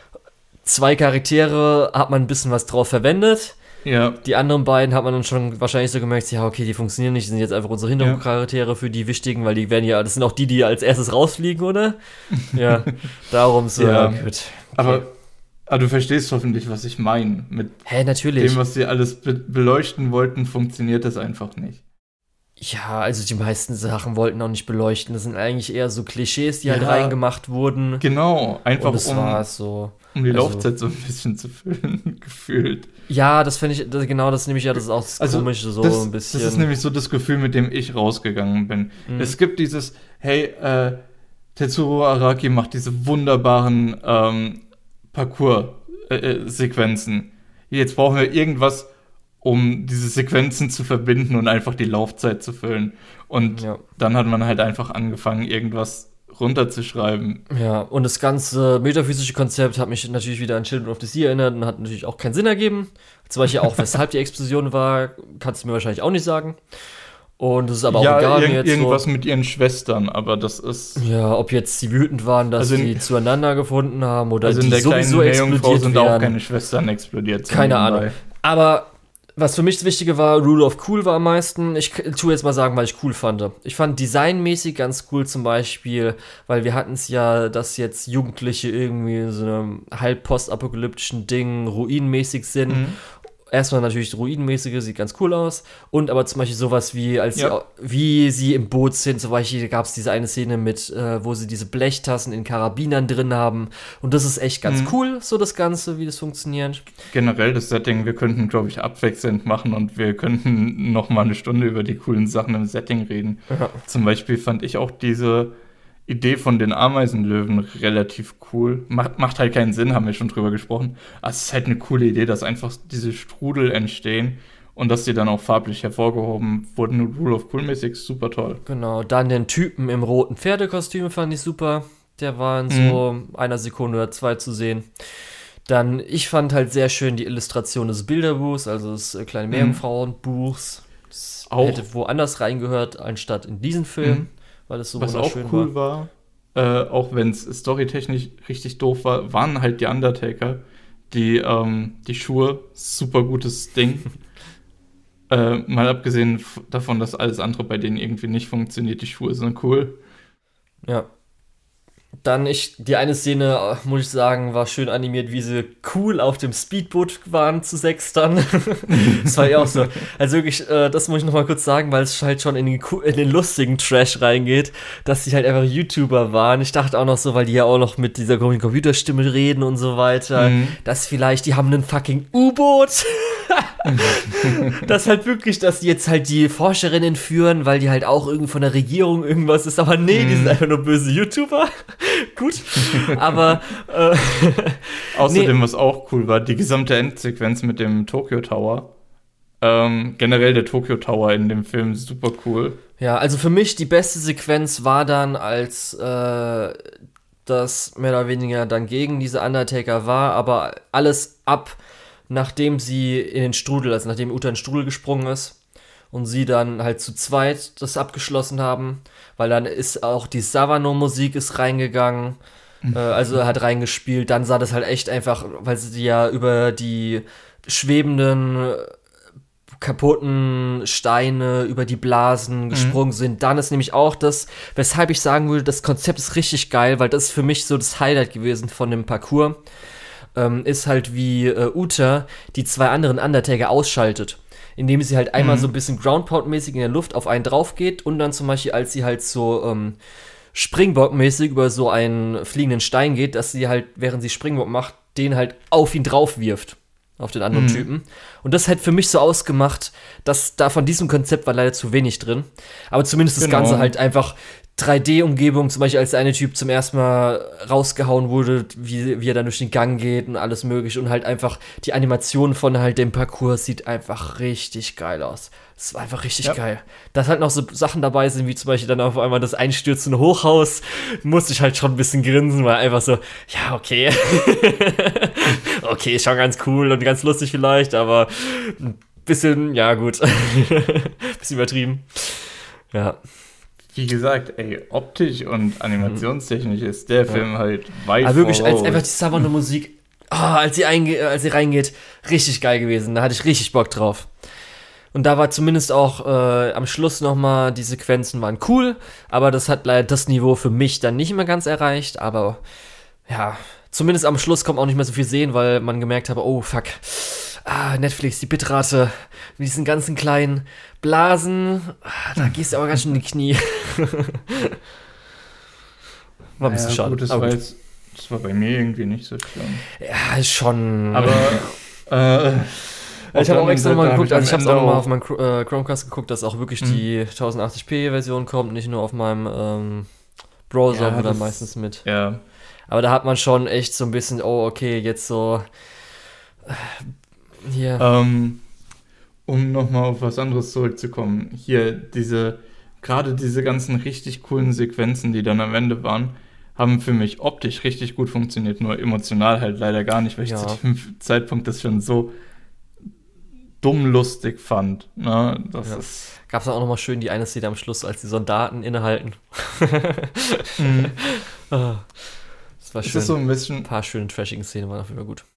zwei Charaktere hat man ein bisschen was drauf verwendet. Ja, Die anderen beiden hat man dann schon wahrscheinlich so gemerkt, ja, okay, die funktionieren nicht, die sind jetzt einfach unsere Hintergrundcharaktere für die wichtigen, weil die werden ja, das sind auch die, die als erstes rausfliegen, oder? Ja, darum so, Ja. ja, gut. aber, aber du verstehst hoffentlich, was ich meine. Mit Hä, natürlich. dem, was sie alles be beleuchten wollten, funktioniert das einfach nicht. Ja, also die meisten Sachen wollten auch nicht beleuchten. Das sind eigentlich eher so Klischees, die halt Ja. reingemacht wurden. Genau, einfach Und das um, war so. um die also- Laufzeit so ein bisschen zu füllen, gefühlt. Ja, das finde ich, das, genau, das nehme ich ja, das ist auch das Also, Komische, so das, ein bisschen. das ist nämlich so das Gefühl, mit dem ich rausgegangen bin. Mhm. Es gibt dieses, hey, äh, Tetsuro Araki macht diese wunderbaren ähm, Parcours-Sequenzen. Jetzt brauchen wir irgendwas um diese Sequenzen zu verbinden und einfach die Laufzeit zu füllen. Und Ja. dann hat man halt einfach angefangen, irgendwas runterzuschreiben. Ja, und das ganze metaphysische Konzept hat mich natürlich wieder an Children of the Sea erinnert und hat natürlich auch keinen Sinn ergeben. Zum Beispiel auch, weshalb die Explosion war, kannst du mir wahrscheinlich auch nicht sagen. Und das ist aber auch ja, egal. irg- Jetzt irgendwas so, mit ihren Schwestern, aber das ist... ja, ob jetzt die wütend waren, dass Also in- die zueinander gefunden haben oder Also die in der kleinen sowieso Meerjungfrau explodiert sind wären. auch keine Schwestern explodiert. so Keine nebenbei. Ahnung. Aber was für mich das Wichtige war, Rule of Cool war am meisten. Ich k- tue jetzt mal sagen, weil ich cool fand. Ich fand designmäßig ganz cool zum Beispiel, weil wir hatten es ja, dass jetzt Jugendliche irgendwie in so einem halb postapokalyptischen Ding ruinenmäßig sind. Mhm. Erstmal natürlich das Ruinenmäßige, sieht ganz cool aus. Und aber zum Beispiel sowas wie, als Ja. sie, au- wie sie im Boot sind, zum Beispiel gab es diese eine Szene mit, äh, wo sie diese Blechtassen in Karabinern drin haben. Und das ist echt ganz Mhm. cool, so das Ganze, wie das funktioniert. Generell das Setting, wir könnten, glaube ich, abwechselnd machen und wir könnten noch mal eine Stunde über die coolen Sachen im Setting reden. Ja. Zum Beispiel fand ich auch diese Idee von den Ameisenlöwen relativ cool. Macht, macht halt keinen Sinn, haben wir schon drüber gesprochen. Aber es ist halt eine coole Idee, dass einfach diese Strudel entstehen und dass die dann auch farblich hervorgehoben wurden. Rule of Cool-mäßig super toll. Genau, dann den Typen im roten Pferdekostüm fand ich super. Der war in so einer Sekunde oder zwei zu sehen. Dann, ich fand halt sehr schön die Illustration des Bilderbuchs, also des äh, kleinen Meerjungfrauenbuchs. Das Auch- hätte woanders reingehört, anstatt in diesen Film, Mhm. weil es so Was auch wunderschön cool war. war, äh, auch wenn es storytechnisch richtig doof war, waren halt die Undertaker. Die, ähm, die Schuhe, super gutes Ding. äh, mal abgesehen f- davon, dass alles andere bei denen irgendwie nicht funktioniert, die Schuhe sind cool. Ja. Dann ich, die eine Szene, äh, muss ich sagen, war schön animiert, wie sie cool auf dem Speedboot waren zu sechs dann. Das war ja auch so. Also wirklich, äh, das muss ich noch mal kurz sagen, weil es halt schon in den, coo- in den lustigen Trash reingeht, dass die halt einfach YouTuber waren. Ich dachte auch noch so, weil die ja auch noch mit dieser komischen Computerstimme reden und so weiter, Mhm. dass vielleicht, die haben einen fucking U-Boot. Das halt wirklich, dass die jetzt halt die Forscherin entführen, weil die halt auch irgendwie von der Regierung irgendwas ist. Aber nee, die sind einfach nur böse YouTuber. Gut. Aber äh, Außerdem, was auch cool war, die gesamte Endsequenz mit dem Tokyo Tower. Ähm, generell der Tokyo Tower in dem Film super cool. ja, also für mich die beste Sequenz war dann, als äh, das mehr oder weniger dann gegen diese Undertaker war, aber alles ab, nachdem sie in den Strudel, also nachdem Uta in den Strudel gesprungen ist und sie dann halt zu zweit das abgeschlossen haben, weil dann ist auch die Savano-Musik ist reingegangen, äh, also hat reingespielt, dann sah das halt echt einfach, weil sie ja über die schwebenden äh, kaputten Steine über die Blasen gesprungen sind. Dann ist nämlich auch das, weshalb ich sagen würde, das Konzept ist richtig geil, weil das ist für mich so das Highlight gewesen von dem Parcours. Ähm, ist halt wie äh, Uta die zwei anderen Undertaker ausschaltet. Indem sie halt einmal Mhm. so ein bisschen Groundpound-mäßig in der Luft auf einen drauf geht und dann zum Beispiel, als sie halt so ähm, Springbock-mäßig über so einen fliegenden Stein geht, dass sie halt, während sie Springbock macht, den halt auf ihn drauf wirft. Auf den anderen Mhm. Typen. Und das hat für mich so ausgemacht, dass da von diesem Konzept war leider zu wenig drin. Aber zumindest das Genau. Ganze halt einfach drei D-Umgebung, zum Beispiel als der eine Typ zum ersten Mal rausgehauen wurde, wie, wie er dann durch den Gang geht und alles mögliche und halt einfach die Animation von halt dem Parcours sieht einfach richtig geil aus. Das war einfach richtig Ja. geil. Dass halt noch so Sachen dabei sind, wie zum Beispiel dann auf einmal das einstürzende Hochhaus, musste ich halt schon ein bisschen grinsen, weil einfach so, ja, okay. Okay, ist schon ganz cool und ganz lustig vielleicht, aber ein bisschen, ja gut, bisschen übertrieben. Ja. Wie gesagt, ey, optisch und animationstechnisch ist der Film halt weit Aber wirklich, als voraus. einfach die Savano-Musik, ah, als, sie einge- als sie reingeht, richtig geil gewesen. Da hatte ich richtig Bock drauf. Und da war zumindest auch äh, am Schluss nochmal, die Sequenzen waren cool, aber das hat leider das Niveau für mich dann nicht mehr ganz erreicht. Aber ja, zumindest am Schluss kommt auch nicht mehr so viel sehen, weil man gemerkt habe, oh fuck, ah, Netflix, die Bitrate mit diesen ganzen kleinen Blasen, ah, da gehst du aber ganz schön in die Knie. War ein bisschen ja, schade. gut, das, aber war gut. jetzt, das war bei mir irgendwie nicht so schlimm. Ja, ist schon. Aber äh, ich habe auch extra nochmal geguckt, also ich habe es auch nochmal auf meinem meinem äh, Chromecast geguckt, dass auch wirklich Mhm. die tausend achtzig p Version kommt, nicht nur auf meinem ähm, Browser, Ja, wo dann das- meistens mit. Ja, Aber da hat man schon echt so ein bisschen, oh, okay, jetzt so. äh, Hier. ähm, um nochmal auf was anderes zurückzukommen, hier diese, gerade diese ganzen richtig coolen Sequenzen, die dann am Ende waren, haben für mich optisch richtig gut funktioniert, nur emotional halt leider gar nicht, weil ich Ja. zu dem Zeitpunkt das schon so dumm lustig fand. Ne? Das Ja. ist. Gab es auch nochmal schön die eine Szene am Schluss, als die Soldaten innehalten. Mhm. Ah, das war Es schön. ist so ein bisschen. Ein paar schöne trashige Szenen waren auf jeden Fall gut.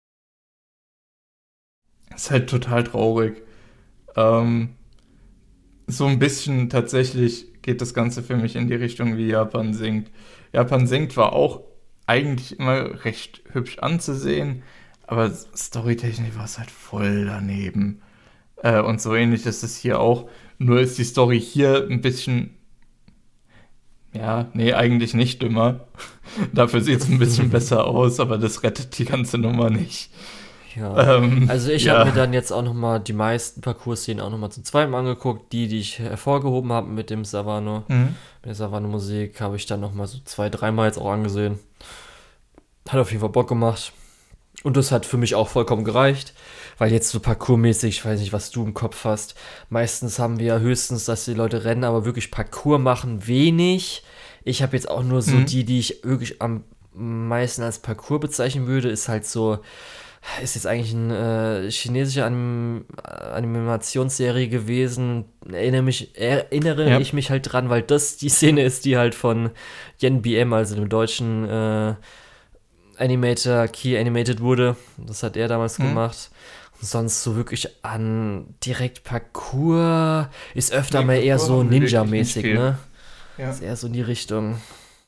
Ist halt total traurig. Ähm, so ein bisschen tatsächlich geht das Ganze für mich in die Richtung, wie Japan singt. Japan singt war auch eigentlich immer recht hübsch anzusehen, aber storytechnisch war es halt voll daneben. Äh, und so ähnlich ist es hier auch. Nur ist die Story hier ein bisschen. Ja, nee, eigentlich nicht dümmer. Dafür sieht es ein bisschen besser aus, aber das rettet die ganze Nummer nicht. Ja. Ähm, Also ich ja. habe mir dann jetzt auch nochmal die meisten Parcours-Szenen auch nochmal zum zweiten Mal angeguckt. Die, die ich hervorgehoben habe mit dem Savano, Mhm. mit der Savano-Musik, habe ich dann nochmal so zwei, dreimal jetzt auch angesehen. Hat auf jeden Fall Bock gemacht. Und das hat für mich auch vollkommen gereicht. Weil jetzt so parkourmäßig, ich weiß nicht, was du im Kopf hast. Meistens haben wir ja höchstens, dass die Leute rennen, aber wirklich Parcours machen, wenig. Ich habe jetzt auch nur so Mhm. die, die ich wirklich am meisten als Parcours bezeichnen würde, ist halt so, ist jetzt eigentlich eine äh, chinesische Anim Animationsserie gewesen. Erinnere mich, erinnere Ja. ich mich halt dran, weil das die Szene ist, die halt von Yen B M, also dem deutschen äh, Animator, Key Animated wurde. Das hat er damals Mhm. gemacht. Sonst so wirklich an direkt Parcours ist öfter Nee, mal eher Parcours so haben wir wirklich Ninja-mäßig, nicht viel. ne? Ja. Ist eher so in die Richtung.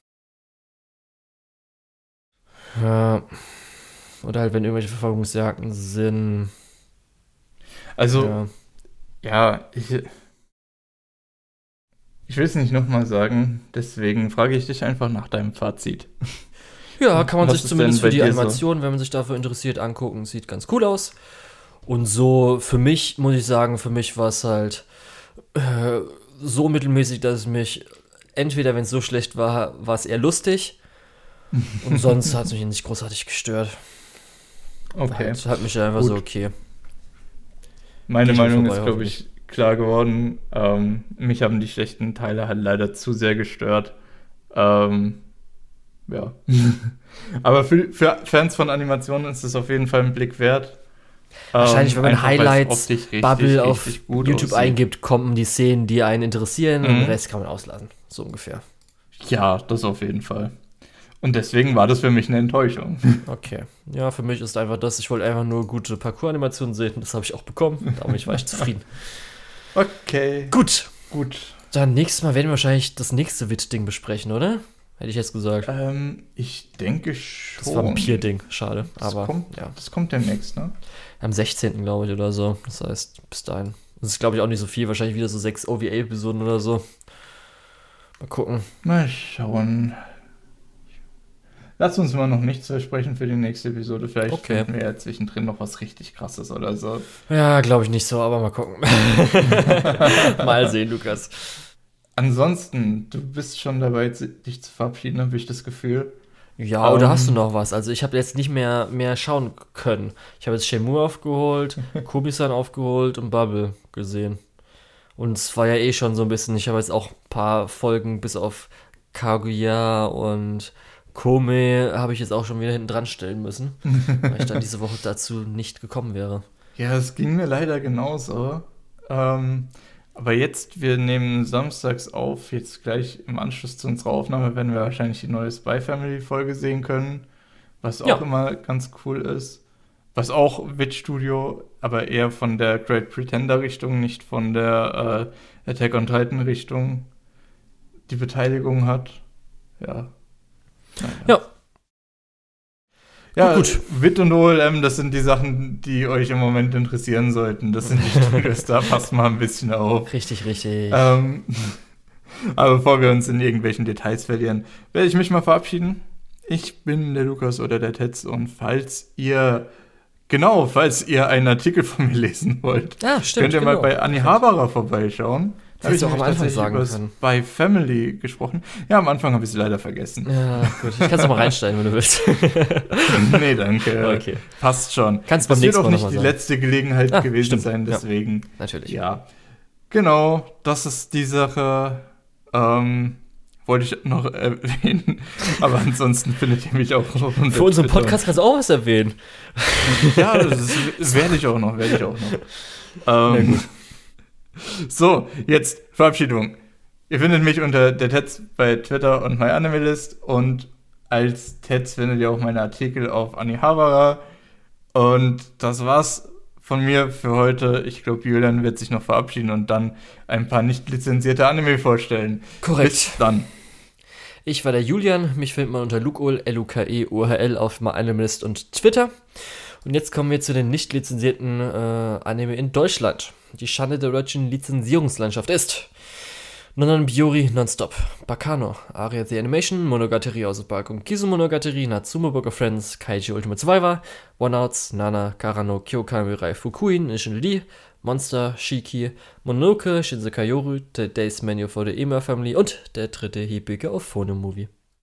Ja. Oder halt, wenn irgendwelche Verfolgungsjagden sind. Also, Ja. ja, ich, ich will es nicht nochmal sagen, deswegen frage ich dich einfach nach deinem Fazit. Ja, kann man Was sich ist zumindest denn bei für die dir so? Animation, wenn man sich dafür interessiert, angucken. Sieht ganz cool aus. Und so, für mich, muss ich sagen, für mich war es halt äh, so mittelmäßig, dass es mich, entweder wenn es so schlecht war, war es eher lustig. Und sonst hat es mich nicht großartig gestört. Okay. Halt, hat mich einfach Gut. so, okay. Meine Geht schon Meinung vorbei, ist, glaube ich, klar geworden. Ähm, mich haben die schlechten Teile halt leider zu sehr gestört. Ähm, ja. Aber für, für Fans von Animationen ist es auf jeden Fall ein Blick wert. Wahrscheinlich, wenn man einfach, weil es Highlights, optisch richtig, Bubble auf richtig gut YouTube aussieht. eingibt, kommen die Szenen, die einen interessieren, und Mhm. den Rest kann man auslassen. So ungefähr. Ja, das auf jeden Fall. Und deswegen war das für mich eine Enttäuschung. Okay. Ja, für mich ist einfach das, ich wollte einfach nur gute Parcours-Animationen sehen. Das habe ich auch bekommen. Damit war ich zufrieden. Okay. Gut. Gut. Dann nächstes Mal werden wir wahrscheinlich das nächste Witch-Ding besprechen, oder? Hätte ich jetzt gesagt. Ähm, ich denke schon. Das Vampir-Ding. Schade. Das Aber kommt, ja. das kommt demnächst, ne? Am sechzehnten glaube ich, oder so. Das heißt, bis dahin. Das ist, glaube ich, auch nicht so viel. Wahrscheinlich wieder so sechs O V A-Episoden oder so. Mal gucken. Mal schauen. Lass uns mal noch nichts versprechen für die nächste Episode. Vielleicht Okay. finden wir ja zwischendrin noch was richtig Krasses oder so. Ja, glaube ich nicht so, aber mal gucken. Mal sehen, Lukas. Ansonsten, du bist schon dabei, dich zu verabschieden, habe ich das Gefühl. Ja, oder Ähm. hast du noch was? Also ich habe jetzt nicht mehr, mehr schauen können. Ich habe jetzt Shenmue aufgeholt, Kobi-san aufgeholt und Bubble gesehen. Und es war ja eh schon so ein bisschen, ich habe jetzt auch ein paar Folgen bis auf Kaguya und Kome habe ich jetzt auch schon wieder hinten dran stellen müssen, weil ich dann diese Woche dazu nicht gekommen wäre. Ja, es ging mir leider genauso. Ähm, aber jetzt, wir nehmen samstags auf, jetzt gleich im Anschluss zu unserer Aufnahme werden wir wahrscheinlich die neue Spy Family Folge sehen können, was auch Ja. immer ganz cool ist. Was auch Witch Studio, aber eher von der Great Pretender Richtung, nicht von der äh, Attack on Titan Richtung die Beteiligung hat. Ja. Naja. Ja. Ja, Gut, gut. Wit und O L M, das sind die Sachen, die euch im Moment interessieren sollten. Das sind die Studios, da passt mal ein bisschen auf. Richtig, richtig. Ähm, aber bevor wir uns in irgendwelchen Details verlieren, werde ich mich mal verabschieden. Ich bin der Lukas oder der Tetz und falls ihr, genau, falls ihr einen Artikel von mir lesen wollt, Ja, stimmt. könnt ihr genau. mal bei Anni Haberer vorbeischauen. Das hättest du auch am nämlich Anfang tatsächlich sagen über können. Spy Family gesprochen. Ja, am Anfang habe ich es leider vergessen. Ja, gut. Ich kann es mal reinstellen, wenn du willst. Nee, danke. Okay. Passt schon. Kannst du beim das wird nächsten auch Mal nicht noch mal die sagen. letzte Gelegenheit Ah, gewesen stimmt. sein, Ja. deswegen. Natürlich. Ja. Genau, das ist die Sache. Ähm, wollte ich noch erwähnen. Aber ansonsten findet ihr mich auch auf unserem Für unseren Twitter. Podcast kannst du auch was erwähnen. Ja, das ist- werde ich auch noch, werde ich auch noch. Ähm, so, jetzt Verabschiedung. Ihr findet mich unter der Tetz bei Twitter und MyAnimeList und als Tetz findet ihr auch meine Artikel auf Anihabara. Und das war's von mir für heute. Ich glaube, Julian wird sich noch verabschieden und dann ein paar nicht lizenzierte Anime vorstellen. Korrekt. Bis dann. Ich war der Julian. Mich findet man unter Lukeol, L U K E O H L auf MyAnimeList und Twitter. Und jetzt kommen wir zu den nicht lizenzierten äh, Anime in Deutschland. Die Schande der deutschen Lizenzierungslandschaft ist Nonon Biori Nonstop, Bakano, Aria the Animation, Monogatari Ausobak und Kizu Monogatari, Natsume Book of Friends, Kaiji Ultimate Survivor, One Outs, Nana, Karano, Kyokan Mirai Fukuin, Ishin Lee, Monster, Shiki, Mononoke, Shinsekai Yoru, The Days Menu for the Ema Family und der dritte Hebeke auf Phone Movie.